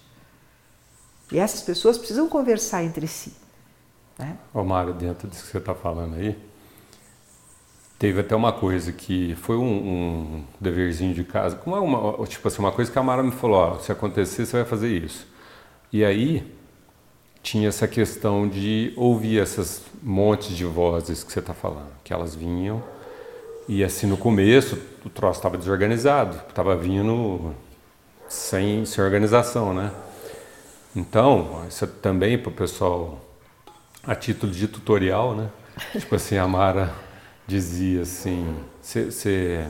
E essas pessoas precisam conversar entre si. Né? Ô Mário, dentro disso que você está falando aí, teve até uma coisa que foi um, um deverzinho de casa, como é uma, tipo assim, uma coisa que a Mara me falou, ó, se acontecer você vai fazer isso. E aí tinha essa questão de ouvir essas montes de vozes que você está falando, que elas vinham e assim no começo o troço estava desorganizado, estava vindo sem, sem organização, né? Então, isso também para o pessoal, a título de tutorial, né? Tipo assim, a Mara dizia assim, você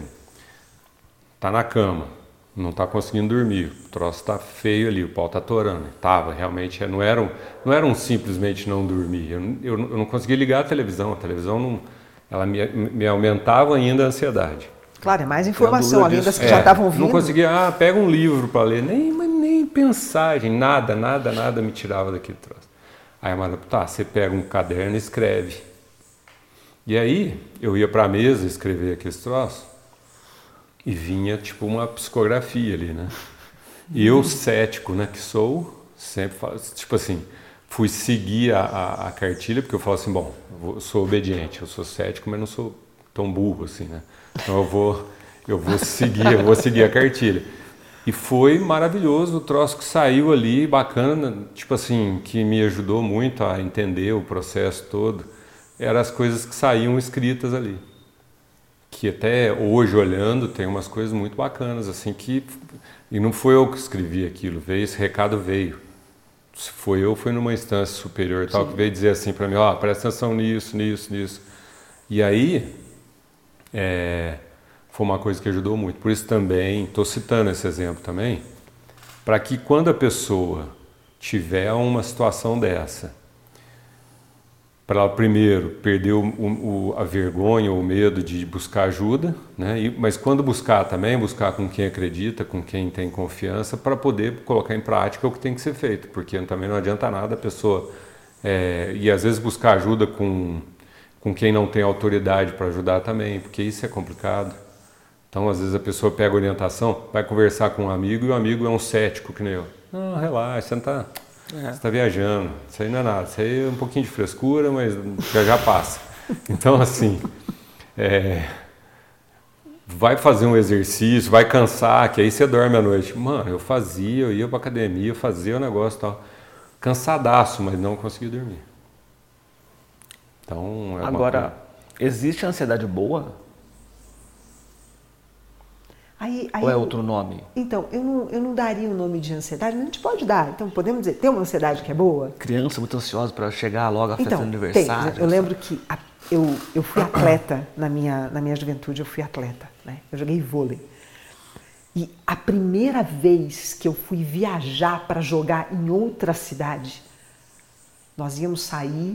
tá na cama, não tá conseguindo dormir, o troço tá feio ali, o pau tá atorando. Tava, realmente, não era, um, não era um simplesmente não dormir. Eu, eu, eu não conseguia ligar a televisão, a televisão não, ela me, me aumentava ainda a ansiedade. Claro, é mais informação, além das que é, já estavam vindo. Não conseguia, ah, pega um livro para ler, nem, nem pensagem, nada, nada, nada me tirava daquele troço. Aí a Mara, tá, você pega um caderno e escreve. E aí eu ia para a mesa escrever aqueles troços e vinha tipo uma psicografia ali, né? E eu, cético, né, que sou, sempre falo, tipo assim, fui seguir a, a, a cartilha, porque eu falo assim, bom, eu sou obediente, eu sou cético, mas não sou tão burro assim, né? Então eu vou, eu vou seguir, eu vou seguir a cartilha. E foi maravilhoso o troço que saiu ali, bacana, tipo assim, que me ajudou muito a entender o processo todo. Eram as coisas que saíam escritas ali. Que até hoje, olhando, tem umas coisas muito bacanas, assim, que... E não foi eu que escrevi aquilo, veio, esse recado veio. Se foi eu, foi numa instância superior e tal, que veio dizer assim para mim, ó, oh, presta atenção nisso, nisso, nisso. E aí, é, foi uma coisa que ajudou muito. Por isso também, estou citando esse exemplo também, para que quando a pessoa tiver uma situação dessa, para ela primeiro perder o, o, a vergonha ou o medo de buscar ajuda, né? E, mas quando buscar também, buscar com quem acredita, com quem tem confiança, para poder colocar em prática o que tem que ser feito, porque também não adianta nada a pessoa, é, e às vezes buscar ajuda com, com quem não tem autoridade para ajudar também, porque isso é complicado. Então às vezes a pessoa pega orientação, vai conversar com um amigo e o amigo é um cético que nem eu. Não, relaxa, você não está... É. Você está viajando, isso aí não é nada, isso aí é um pouquinho de frescura, mas já já passa. Então, assim, é, vai fazer um exercício, vai cansar, que aí você dorme à noite. Mano, eu fazia, eu ia para academia, eu fazia o negócio e tal. cansadaço, mas não consegui dormir. Então, é Agora, uma... existe ansiedade boa? Aí, aí, Ou é outro nome? Então, eu não, eu não daria o nome de ansiedade, mas a gente pode dar. Então, podemos dizer, tem uma ansiedade que é boa? Criança muito ansiosa para chegar logo à festa Então, do aniversário. tem. Eu lembro que a, eu, eu fui atleta na minha, na minha juventude, eu fui atleta, né? Eu joguei vôlei. E a primeira vez que eu fui viajar para jogar em outra cidade, nós íamos sair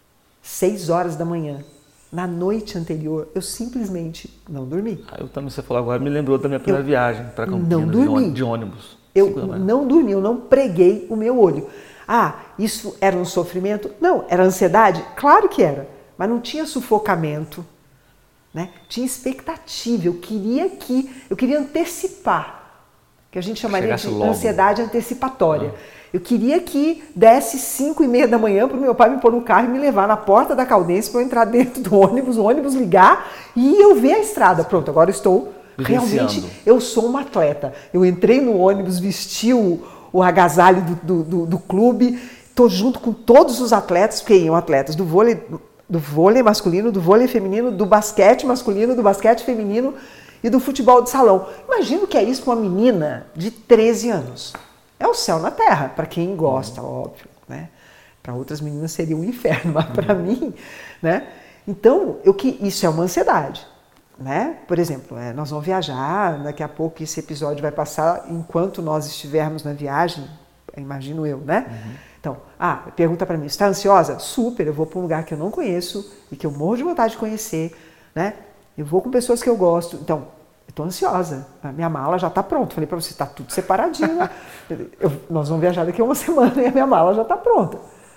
seis horas da manhã. Na noite anterior, eu simplesmente não dormi. Ah, eu também, você falou agora, me lembrou da minha primeira eu viagem para Campinas, não dormi. de ônibus. Eu não dormi, eu não preguei o meu olho. Ah, isso era um sofrimento? Não, era ansiedade? Claro que era, mas não tinha sufocamento, né? Tinha expectativa, eu queria que, eu queria antecipar, que a gente chamaria Chegasse de logo. ansiedade antecipatória. Ah. Eu queria que desse cinco e meia da manhã para o meu pai me pôr no carro e me levar na porta da Caldense para eu entrar dentro do ônibus, o ônibus ligar e eu ver a estrada. Pronto, agora eu estou realmente, eu sou uma atleta. Eu entrei no ônibus, vesti o, o agasalho do, do, do, do clube, estou junto com todos os atletas, porque iam atletas do vôlei, do vôlei masculino, do vôlei feminino, do basquete masculino, do basquete feminino e do futebol de salão. Imagina o que é isso para uma menina de treze anos. É o céu na terra, para quem gosta, óbvio, né? Para outras meninas seria um inferno, mas para uhum. mim, né? Então, eu, que, isso é uma ansiedade, né? Por exemplo, é, nós vamos viajar, daqui a pouco esse episódio vai passar enquanto nós estivermos na viagem, imagino eu, né? Uhum. Então, ah, pergunta para mim, está ansiosa? Super, eu vou para um lugar que eu não conheço e que eu morro de vontade de conhecer, né? Eu vou com pessoas que eu gosto, então... Estou ansiosa, a minha mala já está pronta. Falei para você, está tudo separadinho. Né? Eu, nós vamos viajar daqui a uma semana e a minha mala já está pronta.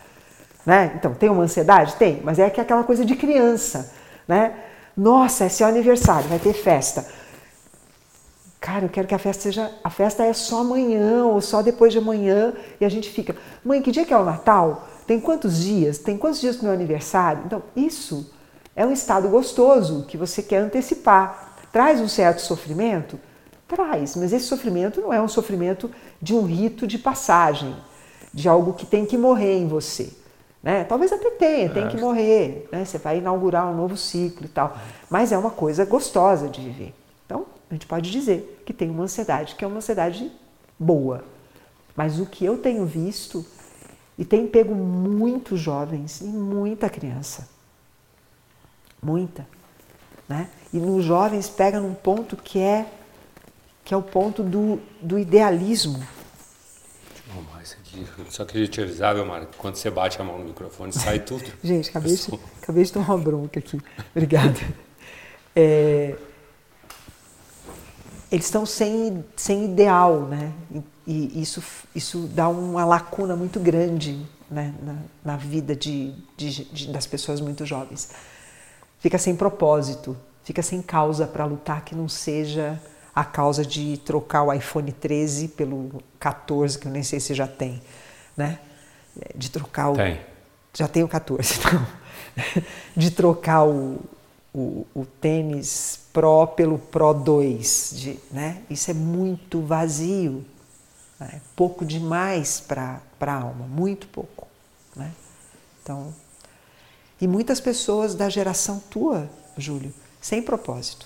Né? Então, tem uma ansiedade? Tem, mas é aquela coisa de criança. Né? Nossa, esse é o aniversário, vai ter festa. Cara, eu quero que a festa seja... A festa é só amanhã ou só depois de amanhã e a gente fica... Mãe, que dia que é o Natal? Tem quantos dias? Tem quantos dias para o meu aniversário? Então, isso é um estado gostoso que você quer antecipar. Traz um certo sofrimento? Traz, mas esse sofrimento não é um sofrimento de um rito de passagem, de algo que tem que morrer em você. Né? Talvez até tenha, tem que morrer, né? Você vai inaugurar um novo ciclo e tal, mas é uma coisa gostosa de viver. Então, a gente pode dizer que tem uma ansiedade, que é uma ansiedade boa. Mas o que eu tenho visto, e tem pego muitos jovens e muita criança, muita, né? E nos jovens pega num ponto que é, que é o ponto do, do idealismo. Oh, isso aqui, só queria te avisar, meu Mário, quando você bate a mão no microfone, sai tudo. Gente, acabei de, acabei de tomar uma bronca aqui. Obrigada. É, eles estão sem, sem ideal, né? E, e isso, isso dá uma lacuna muito grande, né? na, na vida de, de, de, das pessoas muito jovens. Fica sem propósito. Fica sem causa para lutar que não seja a causa de trocar o iPhone treze pelo quatorze, que eu nem sei se já tem, né? De trocar o... Tem. Já tem o quatorze, então. De trocar o, o, o tênis Pro pelo Pro dois, de, né? Isso é muito vazio, né? Pouco demais para a alma, muito pouco, né? Então, e muitas pessoas da geração tua, Júlio, sem propósito.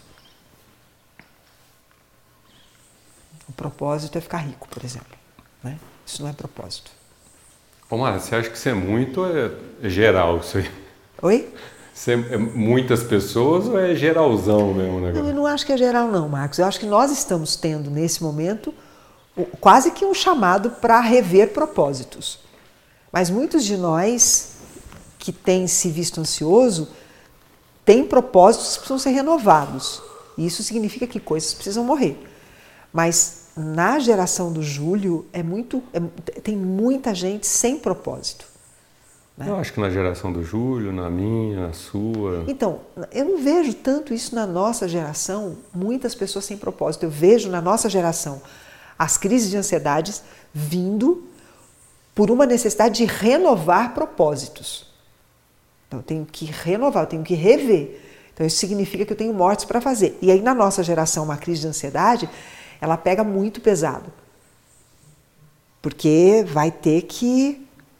O propósito é ficar rico, por exemplo. Né? Isso não é propósito. Ô, Mara, você acha que isso é muito ou é geral isso aí? Oi? Isso é muitas pessoas ou é geralzão mesmo o negócio? Não, eu não acho que é geral não, Marcos. Eu acho que nós estamos tendo, nesse momento, quase que um chamado para rever propósitos. Mas muitos de nós que têm se visto ansioso tem propósitos que precisam ser renovados. E isso significa que coisas precisam morrer. Mas na geração do Júlio, é muito, é, tem muita gente sem propósito. Né? Eu acho que na geração do Júlio, na minha, na sua... Então, eu não vejo tanto isso na nossa geração, muitas pessoas sem propósito. Eu vejo na nossa geração as crises de ansiedades vindo por uma necessidade de renovar propósitos. Então, eu tenho que renovar, eu tenho que rever. Então, isso significa que eu tenho mortes para fazer. E aí, na nossa geração, uma crise de ansiedade, ela pega muito pesado. Porque vai ter que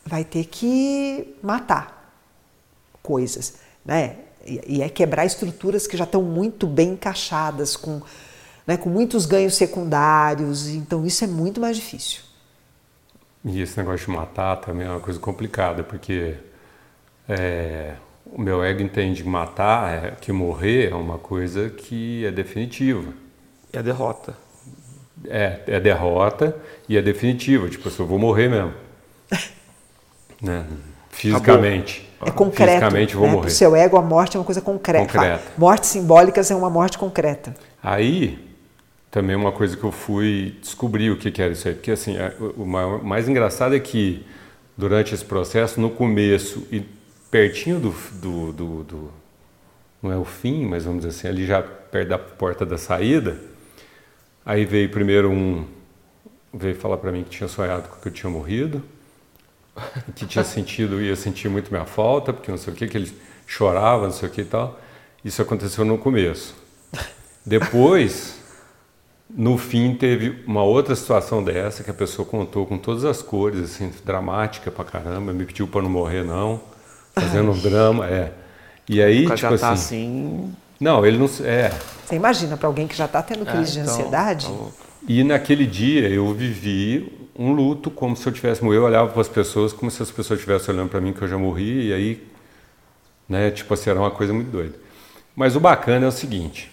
vai ter que matar coisas, né? E é quebrar estruturas que já estão muito bem encaixadas, com, né, com muitos ganhos secundários, então isso é muito mais difícil. E esse negócio de matar também é uma coisa complicada, porque é, o meu ego entende que matar, é, que morrer é uma coisa que é definitiva. É a derrota. É, é derrota e é definitiva, tipo assim, eu vou morrer mesmo. Né? Fisicamente. É concreto. Fisicamente vou né? morrer. Para o seu ego, a morte é uma coisa concreta. Concreta. Mortes simbólicas é uma morte concreta. Aí, também uma coisa que eu fui descobrir o que, que era isso aí. Porque, assim, o mais engraçado é que, durante esse processo, no começo e pertinho do, do, do, do... não é o fim, mas vamos dizer assim, ali já perto da porta da saída, aí veio primeiro um... veio falar para mim que tinha sonhado que eu tinha morrido, que tinha sentido, ia sentir muito minha falta, porque não sei o que, que ele chorava, não sei o que e tal. Isso aconteceu no começo. Depois, no fim, teve uma outra situação dessa, que a pessoa contou com todas as cores, assim, dramática pra caramba, me pediu pra não morrer não, fazendo um drama, é. E aí, tipo já assim... tá assim... Não, ele não... É. Você imagina, para alguém que já está tendo crise é, de então, ansiedade... Então... E naquele dia eu vivi um luto como se eu tivesse morrido. Eu olhava para as pessoas como se as pessoas estivessem olhando para mim que eu já morri, e aí, né, tipo assim, era uma coisa muito doida. Mas o bacana é o seguinte,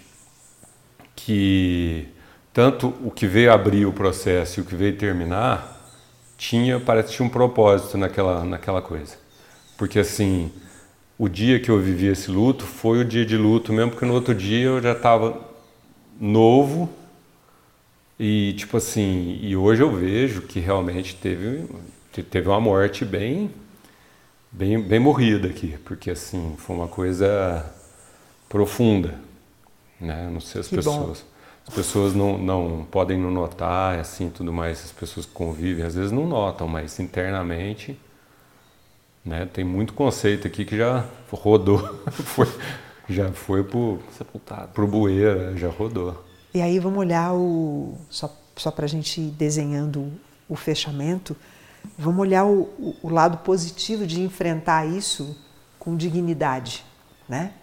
que tanto o que veio abrir o processo e o que veio terminar, tinha, parece que tinha um propósito naquela, naquela coisa. Porque assim, o dia que eu vivi esse luto foi o dia de luto mesmo, porque no outro dia eu já estava novo. E tipo assim, e hoje eu vejo que realmente teve, teve uma morte bem, bem, bem morrida aqui, porque assim, foi uma coisa profunda, né? Não sei as Que pessoas, bom. as pessoas não, não podem não notar, assim, tudo mais, as pessoas que convivem, às vezes não notam, mas internamente, né? Tem muito conceito aqui que já rodou, foi, já foi pro, sepultado, pro bueiro, já rodou. E aí vamos olhar o... Só, só para a gente ir desenhando o fechamento, vamos olhar o, o, o lado positivo de enfrentar isso com dignidade, né?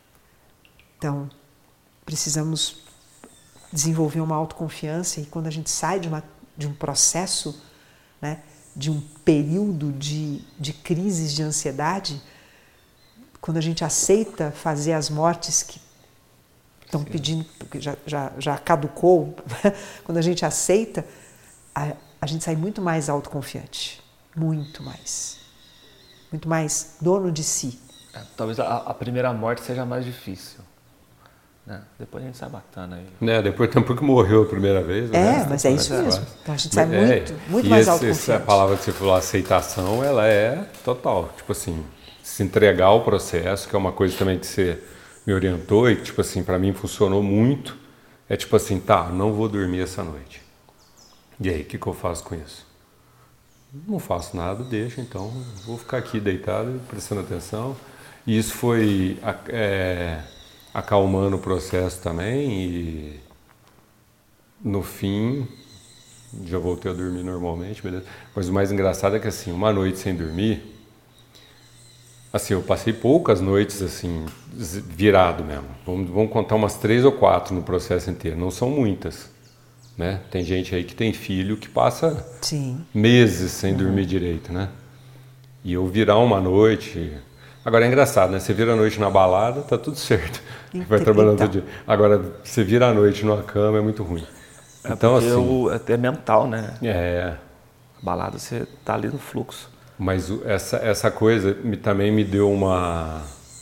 Então, precisamos desenvolver uma autoconfiança, e quando a gente sai de, uma, de um processo, né, de um período de, de crises de ansiedade, quando a gente aceita fazer as mortes que estão pedindo, porque já, já, já caducou, quando a gente aceita, a, a gente sai muito mais autoconfiante, muito mais, muito mais dono de si. É, talvez a, a primeira morte seja mais difícil, né? Depois a gente sai bacana aí. Né, depois tem porque morreu a primeira vez. É, mas é isso mesmo. Então a gente sai muito, é, muito mais esse, autoconfiante. Essa palavra que você falou, aceitação, ela é total, tipo assim, se entregar ao processo, que é uma coisa também que você me orientou e que, tipo assim, para mim funcionou muito, é tipo assim, tá, não vou dormir essa noite. E aí, o que, que eu faço com isso? Não faço nada, deixo, então vou ficar aqui deitado, prestando atenção. E isso foi é, acalmando o processo também, e no fim já voltei a dormir normalmente, beleza? Mas o mais engraçado é que assim, uma noite sem dormir, assim, eu passei poucas noites assim, virado mesmo. Vamos, vamos contar umas três ou quatro no processo inteiro. Não são muitas, né? Tem gente aí que tem filho que passa Sim. meses sem uhum. dormir direito, né? E eu virar uma noite... Agora é engraçado, né? Você vira a noite na balada, tá tudo certo. Vai trabalhando todo dia. Agora, você vira a noite numa cama é muito ruim. É então, assim... Eu, é mental, né? É. A balada, você tá ali no fluxo. Mas essa, essa coisa me, também me deu uma,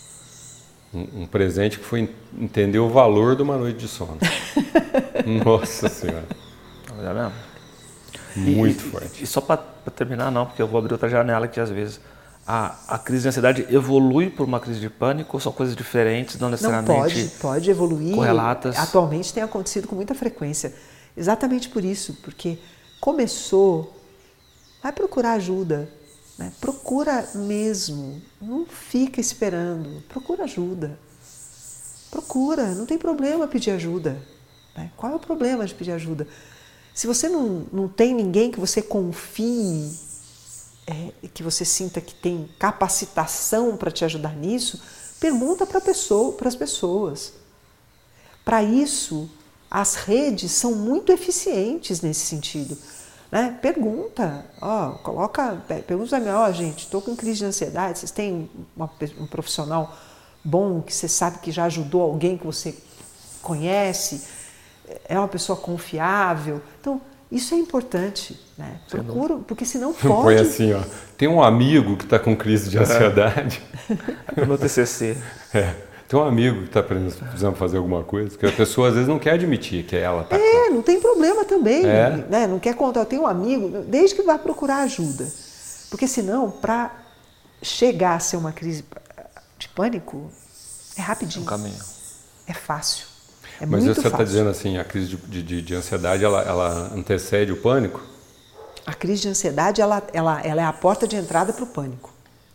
um, um presente que foi entender o valor de uma noite de sono. Nossa Senhora. É mesmo? Muito e, forte. E, e só para terminar, não, porque eu vou abrir outra janela que às vezes a, a crise de ansiedade evolui por uma crise de pânico ou são coisas diferentes, não necessariamente não, pode, pode evoluir. Correlatas. Atualmente tem acontecido com muita frequência. Exatamente por isso, porque começou, vai procurar ajuda. Né? Procura mesmo, não fica esperando, procura ajuda. Procura, não tem problema pedir ajuda. Né? Qual é o problema de pedir ajuda? Se você não, não tem ninguém que você confie, é, que você sinta que tem capacitação para te ajudar nisso, pergunta para pessoa, as pessoas. Para isso, as redes são muito eficientes nesse sentido. Né? Pergunta, ó, coloca, pergunta para mim, ó, gente, estou com crise de ansiedade, vocês têm uma, um profissional bom que você sabe que já ajudou alguém que você conhece, é uma pessoa confiável. Então, isso é importante, né? Procura, porque senão pode... Põe assim, ó, tem um amigo que está com crise de ansiedade. É no T C C. É, tem um amigo que está precisando fazer alguma coisa, que a pessoa às vezes não quer admitir que ela está... É, não tem problema também, é. né? Não quer contar, eu tenho um amigo, desde que vá procurar ajuda. Porque senão, para chegar a ser uma crise de pânico, é rapidinho. É um caminho. É fácil. É Mas muito você está fácil. dizendo assim, a crise de, de, de ansiedade, ela, ela antecede o pânico? A crise de ansiedade, ela, ela, ela é a porta de entrada para o pânico.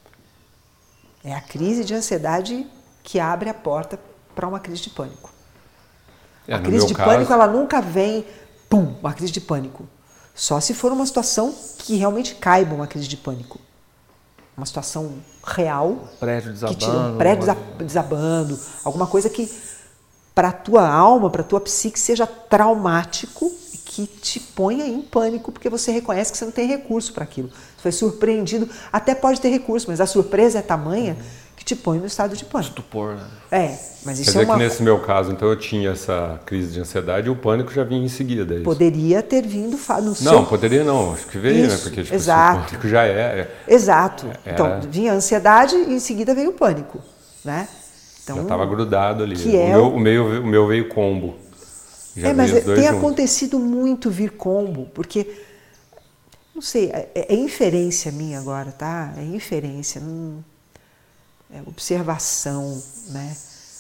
É a crise de ansiedade que abre a porta para uma crise de pânico. É, a crise de caso... pânico, ela nunca vem, pum, uma crise de pânico. Só se for uma situação que realmente caiba uma crise de pânico. Uma situação real. Prédio desabando. Que tira um prédio desabando, alguma coisa que para a tua alma, para a tua psique seja traumático e que te ponha em pânico, porque você reconhece que você não tem recurso para aquilo. Você foi surpreendido, até pode ter recurso, mas a surpresa é tamanha que te põe no estado de pânico. Estupor, né? É, mas isso Quer é dizer uma... que nesse meu caso, então eu tinha essa crise de ansiedade e o pânico já vinha em seguida. É isso? Poderia ter vindo no seu... Não, poderia não, acho que veio, isso, né? Porque tipo, exato. o pânico já é... Exato. Era... Então, vinha a ansiedade e em seguida veio o pânico, né? Então, já estava grudado ali. Que é o, meu, o, meu, o meu veio combo. Já é, mas veio os dois tem juntos. acontecido muito vir combo, porque, não sei, é, é inferência minha agora, tá? É inferência, não, é observação, né?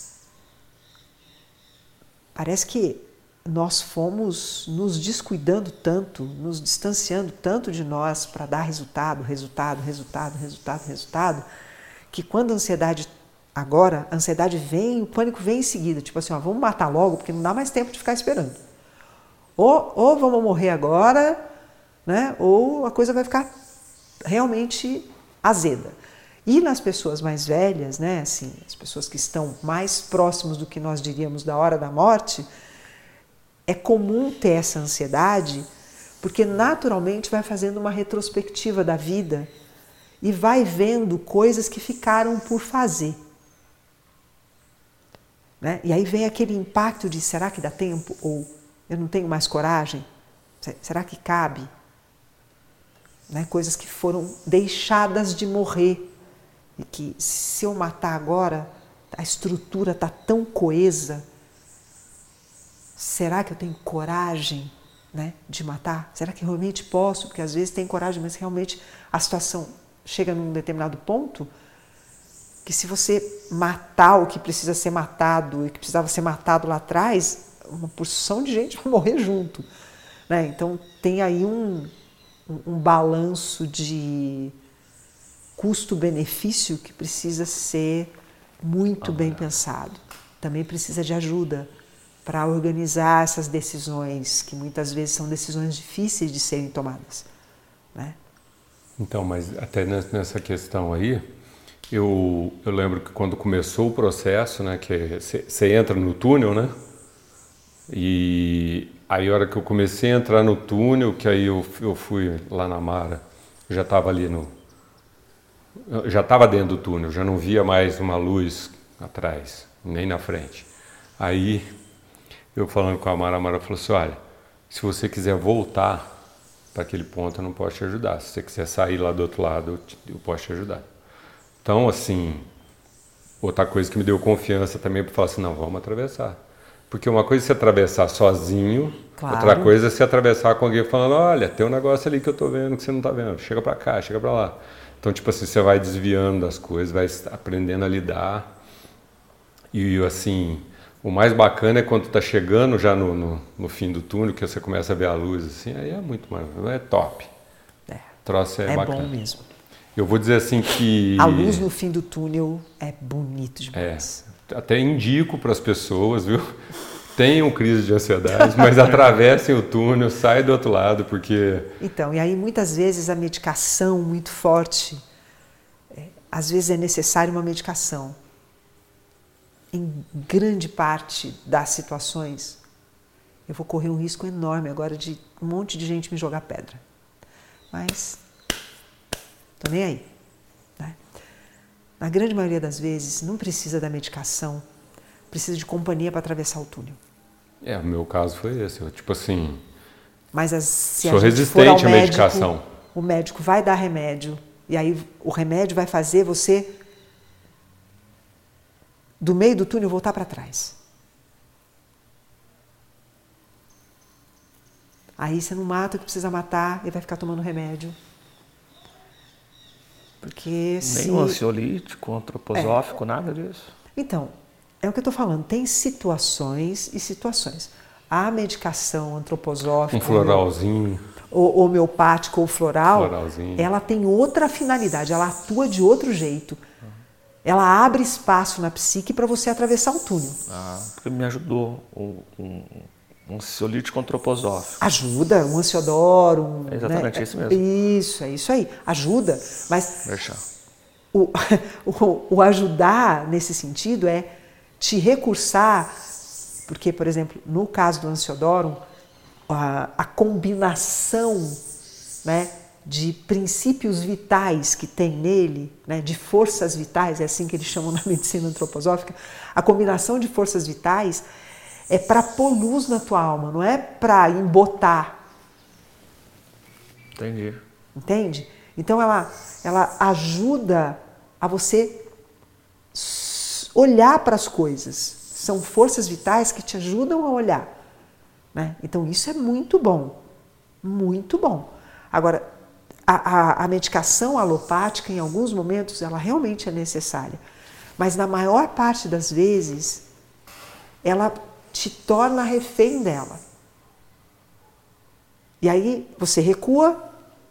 Parece que nós fomos nos descuidando tanto, nos distanciando tanto de nós para dar resultado, resultado, resultado, resultado, resultado, que quando a ansiedade... Agora, a ansiedade vem, o pânico vem em seguida. Tipo assim, ó, vamos matar logo, porque não dá mais tempo de ficar esperando. Ou, ou vamos morrer agora, né? Ou a coisa vai ficar realmente azeda. E nas pessoas mais velhas, né? Assim, as pessoas que estão mais próximos do que nós diríamos da hora da morte, é comum ter essa ansiedade, porque naturalmente vai fazendo uma retrospectiva da vida e vai vendo coisas que ficaram por fazer. Né? E aí vem aquele impacto de será que dá tempo? Ou eu não tenho mais coragem? Será que cabe? Né? Coisas que foram deixadas de morrer. E que se eu matar agora, a estrutura está tão coesa. Será que eu tenho coragem, né, de matar? Será que realmente posso? Porque às vezes tem coragem, mas realmente a situação chega num determinado ponto que se você matar o que precisa ser matado e que precisava ser matado lá atrás, uma porção de gente vai morrer junto. Né? Então tem aí um, um, um balanço de custo-benefício que precisa ser muito bem pensado. Também precisa de ajuda para organizar essas decisões, que muitas vezes são decisões difíceis de serem tomadas. Né? Então, mas até nessa questão aí, eu, eu lembro que quando começou o processo, né, que você entra no túnel, né, e aí a hora que eu comecei a entrar no túnel, que aí eu, eu fui lá na Mara, eu já estava ali no... Eu já estava dentro do túnel, já não via mais uma luz atrás, nem na frente. Aí, eu falando com a Mara, a Mara falou assim, olha, se você quiser voltar para aquele ponto, eu não posso te ajudar. Se você quiser sair lá do outro lado, eu, te, eu posso te ajudar. Então, assim, outra coisa que me deu confiança também para falar assim, não, vamos atravessar. Porque uma coisa é você atravessar sozinho, claro. Outra coisa é você atravessar com alguém falando, olha, tem um negócio ali que eu estou vendo que você não está vendo, chega para cá, chega para lá. Então, tipo assim, você vai desviando das coisas, vai aprendendo a lidar. E, assim, o mais bacana é quando está chegando já no, no, no fim do túnel, que você começa a ver a luz, assim, aí é muito maravilhoso, é top. É, troço é, é bacana. bom mesmo. Eu vou dizer assim que... A luz no fim do túnel é bonito demais. É, até indico para as pessoas, viu? tenham crise de ansiedade, mas atravessem o túnel, saem do outro lado, porque... Então, e aí muitas vezes a medicação muito forte, é, às vezes é necessária uma medicação. Em grande parte das situações, eu vou correr um risco enorme agora de um monte de gente me jogar pedra. Mas, tô nem aí. Né? Na grande maioria das vezes, não precisa da medicação, precisa de companhia para atravessar o túnel. É, o meu caso foi esse, eu, tipo assim... Mas as, se sou a gente resistente for ao à médico, medicação. O médico vai dar remédio, e aí o remédio vai fazer você, do meio do túnel, voltar para trás. Aí você não mata o que precisa matar e vai ficar tomando remédio. Porque se... Nem um ansiolítico, antroposófico, é. Nada disso. Então, é o que eu estou falando, tem situações e situações. A medicação antroposófica, um floralzinho, ou homeopático ou floral, floralzinho. Ela tem outra finalidade, ela atua de outro jeito. Ela abre espaço na psique para você atravessar o túnel. Ah, porque me ajudou um, um, um ansiolítico antroposófico. Ajuda, um ansiodoro. Um, é exatamente né? isso mesmo. Isso, é isso aí. Ajuda, mas Deixa. O, o, o ajudar nesse sentido é te recursar, porque, por exemplo, no caso do ansiodoro, a, a combinação, né, de princípios vitais que tem nele, né, de forças vitais, é assim que eles chamam na medicina antroposófica, a combinação de forças vitais é para pôr luz na tua alma, não é para embotar. Entendi. Entende? Então ela, ela ajuda a você olhar para as coisas. São forças vitais que te ajudam a olhar. Né? Então isso é muito bom. Muito bom. Agora, a, a, a medicação alopática, em alguns momentos, ela realmente é necessária. Mas na maior parte das vezes, ela te torna refém dela. E aí você recua,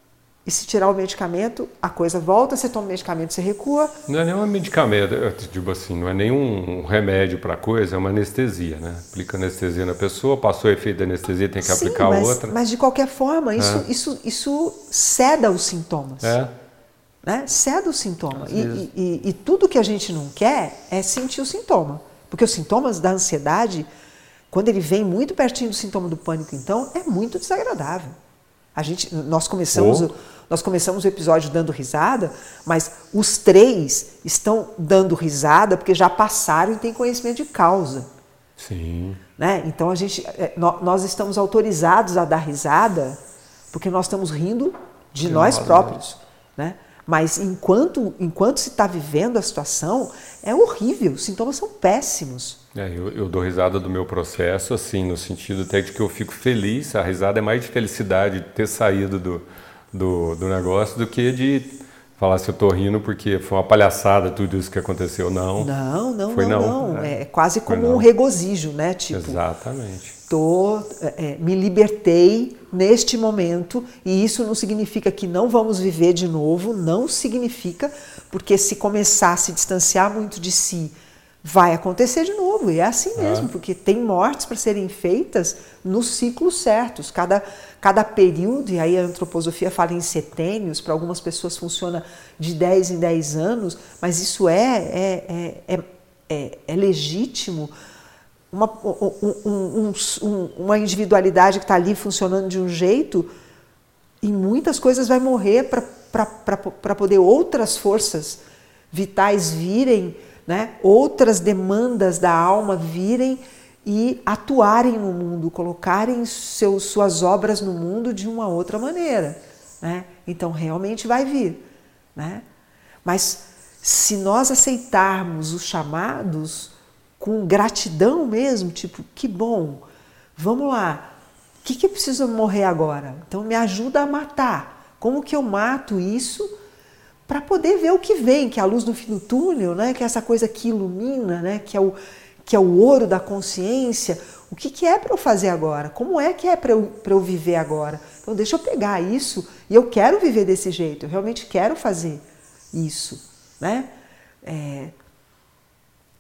e se tirar o medicamento, a coisa volta, você toma o medicamento, você recua. Não é nem um medicamento, eu digo assim, não é nem um remédio para a coisa, é uma anestesia, né? Aplica anestesia na pessoa, passou o efeito da anestesia, tem que Sim, aplicar mas, outra. Mas de qualquer forma, isso, é. isso, isso ceda os sintomas. É. Né? Ceda os sintomas. E, e, e, e tudo que a gente não quer é sentir o sintoma. Porque os sintomas da ansiedade, quando ele vem muito pertinho do sintoma do pânico, então, é muito desagradável. A gente, nós, começamos, oh. nós começamos o episódio dando risada, mas os três estão dando risada porque já passaram e têm conhecimento de causa. Sim. Né? Então, a gente, nós estamos autorizados a dar risada porque nós estamos rindo de, de nós, nós próprios. Né? Mas enquanto, enquanto se está vivendo a situação, é horrível, os sintomas são péssimos. É, eu, eu dou risada do meu processo, assim, no sentido até de que eu fico feliz, a risada é mais de felicidade de ter saído do, do, do negócio do que de falar se eu estou rindo porque foi uma palhaçada tudo isso que aconteceu. Não, não, não, foi não, não. não. É quase como um regozijo, né? Tipo, exatamente. Tô, é, me libertei neste momento e isso não significa que não vamos viver de novo, não significa, porque se começar a se distanciar muito de si, vai acontecer de novo, e é assim mesmo, é. Porque tem mortes para serem feitas nos ciclos certos, cada, cada período, e aí a antroposofia fala em setênios, para algumas pessoas funciona de dez em dez anos, mas isso é, é, é, é, é legítimo, uma, um, um, um, uma individualidade que está ali funcionando de um jeito, e muitas coisas vai morrer para poder outras forças vitais virem, né? Outras demandas da alma virem e atuarem no mundo, colocarem seus, suas obras no mundo de uma outra maneira. Né? Então, realmente vai vir. Né? Mas se nós aceitarmos os chamados com gratidão mesmo, tipo, que bom, vamos lá, o que, que eu preciso morrer agora? Então, me ajuda a matar. Como que eu mato isso? Para poder ver o que vem, que é a luz no fim do túnel, né? Que é essa coisa que ilumina, né? que, é o, que é o ouro da consciência. O que, que é para eu fazer agora? Como é que é para eu, para eu viver agora? Então deixa eu pegar isso e eu quero viver desse jeito, eu realmente quero fazer isso. Né? É,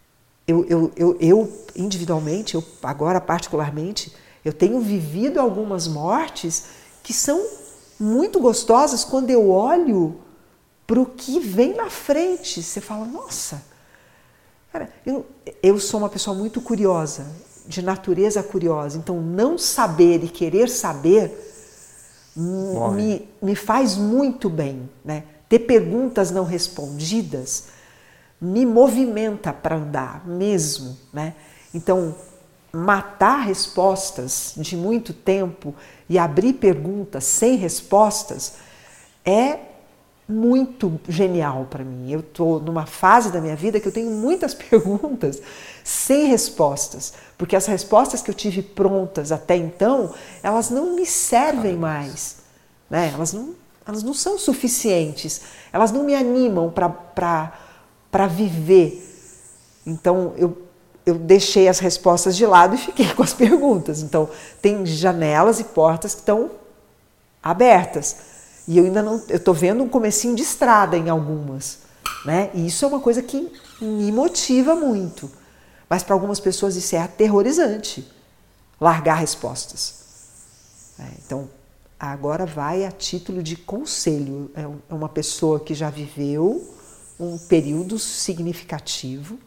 eu, eu, eu, eu individualmente, eu agora particularmente, eu tenho vivido algumas mortes que são muito gostosas quando eu olho para o que vem na frente. Você fala, nossa, cara, eu, eu sou uma pessoa muito curiosa, de natureza curiosa, então não saber e querer saber me, me faz muito bem, né? Ter perguntas não respondidas me movimenta para andar mesmo, né? Então, matar respostas de muito tempo e abrir perguntas sem respostas é muito genial para mim. Eu estou numa fase da minha vida que eu tenho muitas perguntas sem respostas, porque as respostas que eu tive prontas até então, elas não me servem mais, né? Elas não, elas não são suficientes, elas não me animam para viver. Então, eu Eu deixei as respostas de lado e fiquei com as perguntas. Então, tem janelas e portas que estão abertas. E eu ainda não... Eu estou vendo um comecinho de estrada em algumas, né? E isso é uma coisa que me motiva muito. Mas para algumas pessoas isso é aterrorizante. Largar respostas. É, então, agora vai a título de conselho. É uma pessoa que já viveu um período significativo.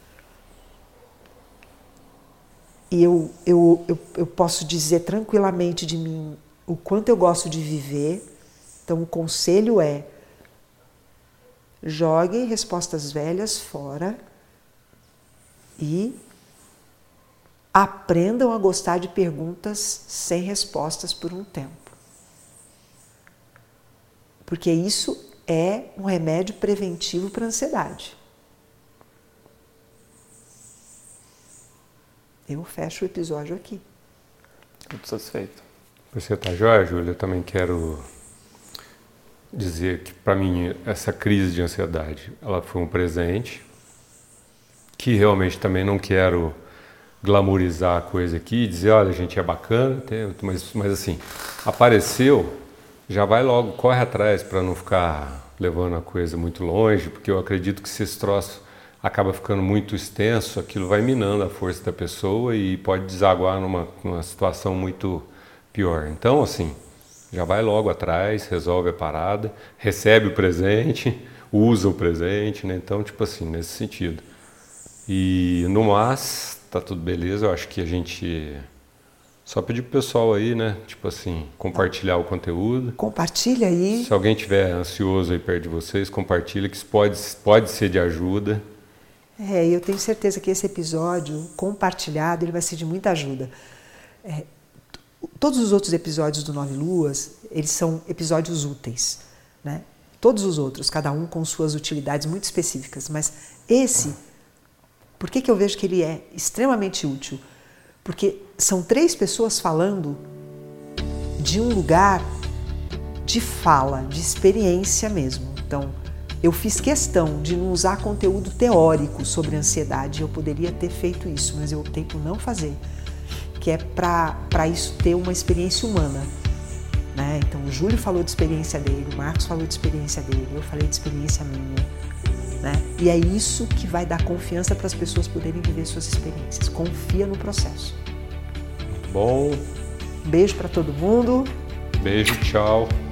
E eu, eu, eu, eu posso dizer tranquilamente de mim o quanto eu gosto de viver. Então, o conselho é: joguem respostas velhas fora e aprendam a gostar de perguntas sem respostas por um tempo. Porque isso é um remédio preventivo para a ansiedade. Eu fecho o episódio aqui. Muito satisfeito. Você tá joia, Júlia? Eu também quero dizer que, para mim, essa crise de ansiedade, ela foi um presente, que realmente também não quero glamourizar a coisa aqui, dizer, olha, gente, é bacana, mas, mas assim, apareceu, já vai logo, corre atrás para não ficar levando a coisa muito longe, porque eu acredito que se esse troço acaba ficando muito extenso, aquilo vai minando a força da pessoa e pode desaguar numa, numa situação muito pior. Então, assim, já vai logo atrás, resolve a parada, recebe o presente, usa o presente, né? Então, tipo assim, nesse sentido. E no mais, tá tudo beleza, eu acho que a gente... Só pedir pro pessoal aí, né? Tipo assim, compartilhar o conteúdo. Compartilha aí. Se alguém tiver ansioso aí perto de vocês, compartilha, que isso pode, pode ser de ajuda. É, eu tenho certeza que esse episódio compartilhado ele vai ser de muita ajuda. É, todos os outros episódios do Nove Luas, eles são episódios úteis, né? Todos os outros, cada um com suas utilidades muito específicas, mas esse, por que que eu vejo que ele é extremamente útil? Porque são três pessoas falando de um lugar de fala, de experiência mesmo. Então, eu fiz questão de não usar conteúdo teórico sobre ansiedade. Eu poderia ter feito isso, mas eu optei por não fazer. Que é para isso ter uma experiência humana, né? Então, o Júlio falou de experiência dele, o Marcos falou de experiência dele, eu falei de experiência minha, né? E é isso que vai dar confiança para as pessoas poderem viver suas experiências. Confia no processo. Muito bom. Beijo para todo mundo. Beijo, tchau.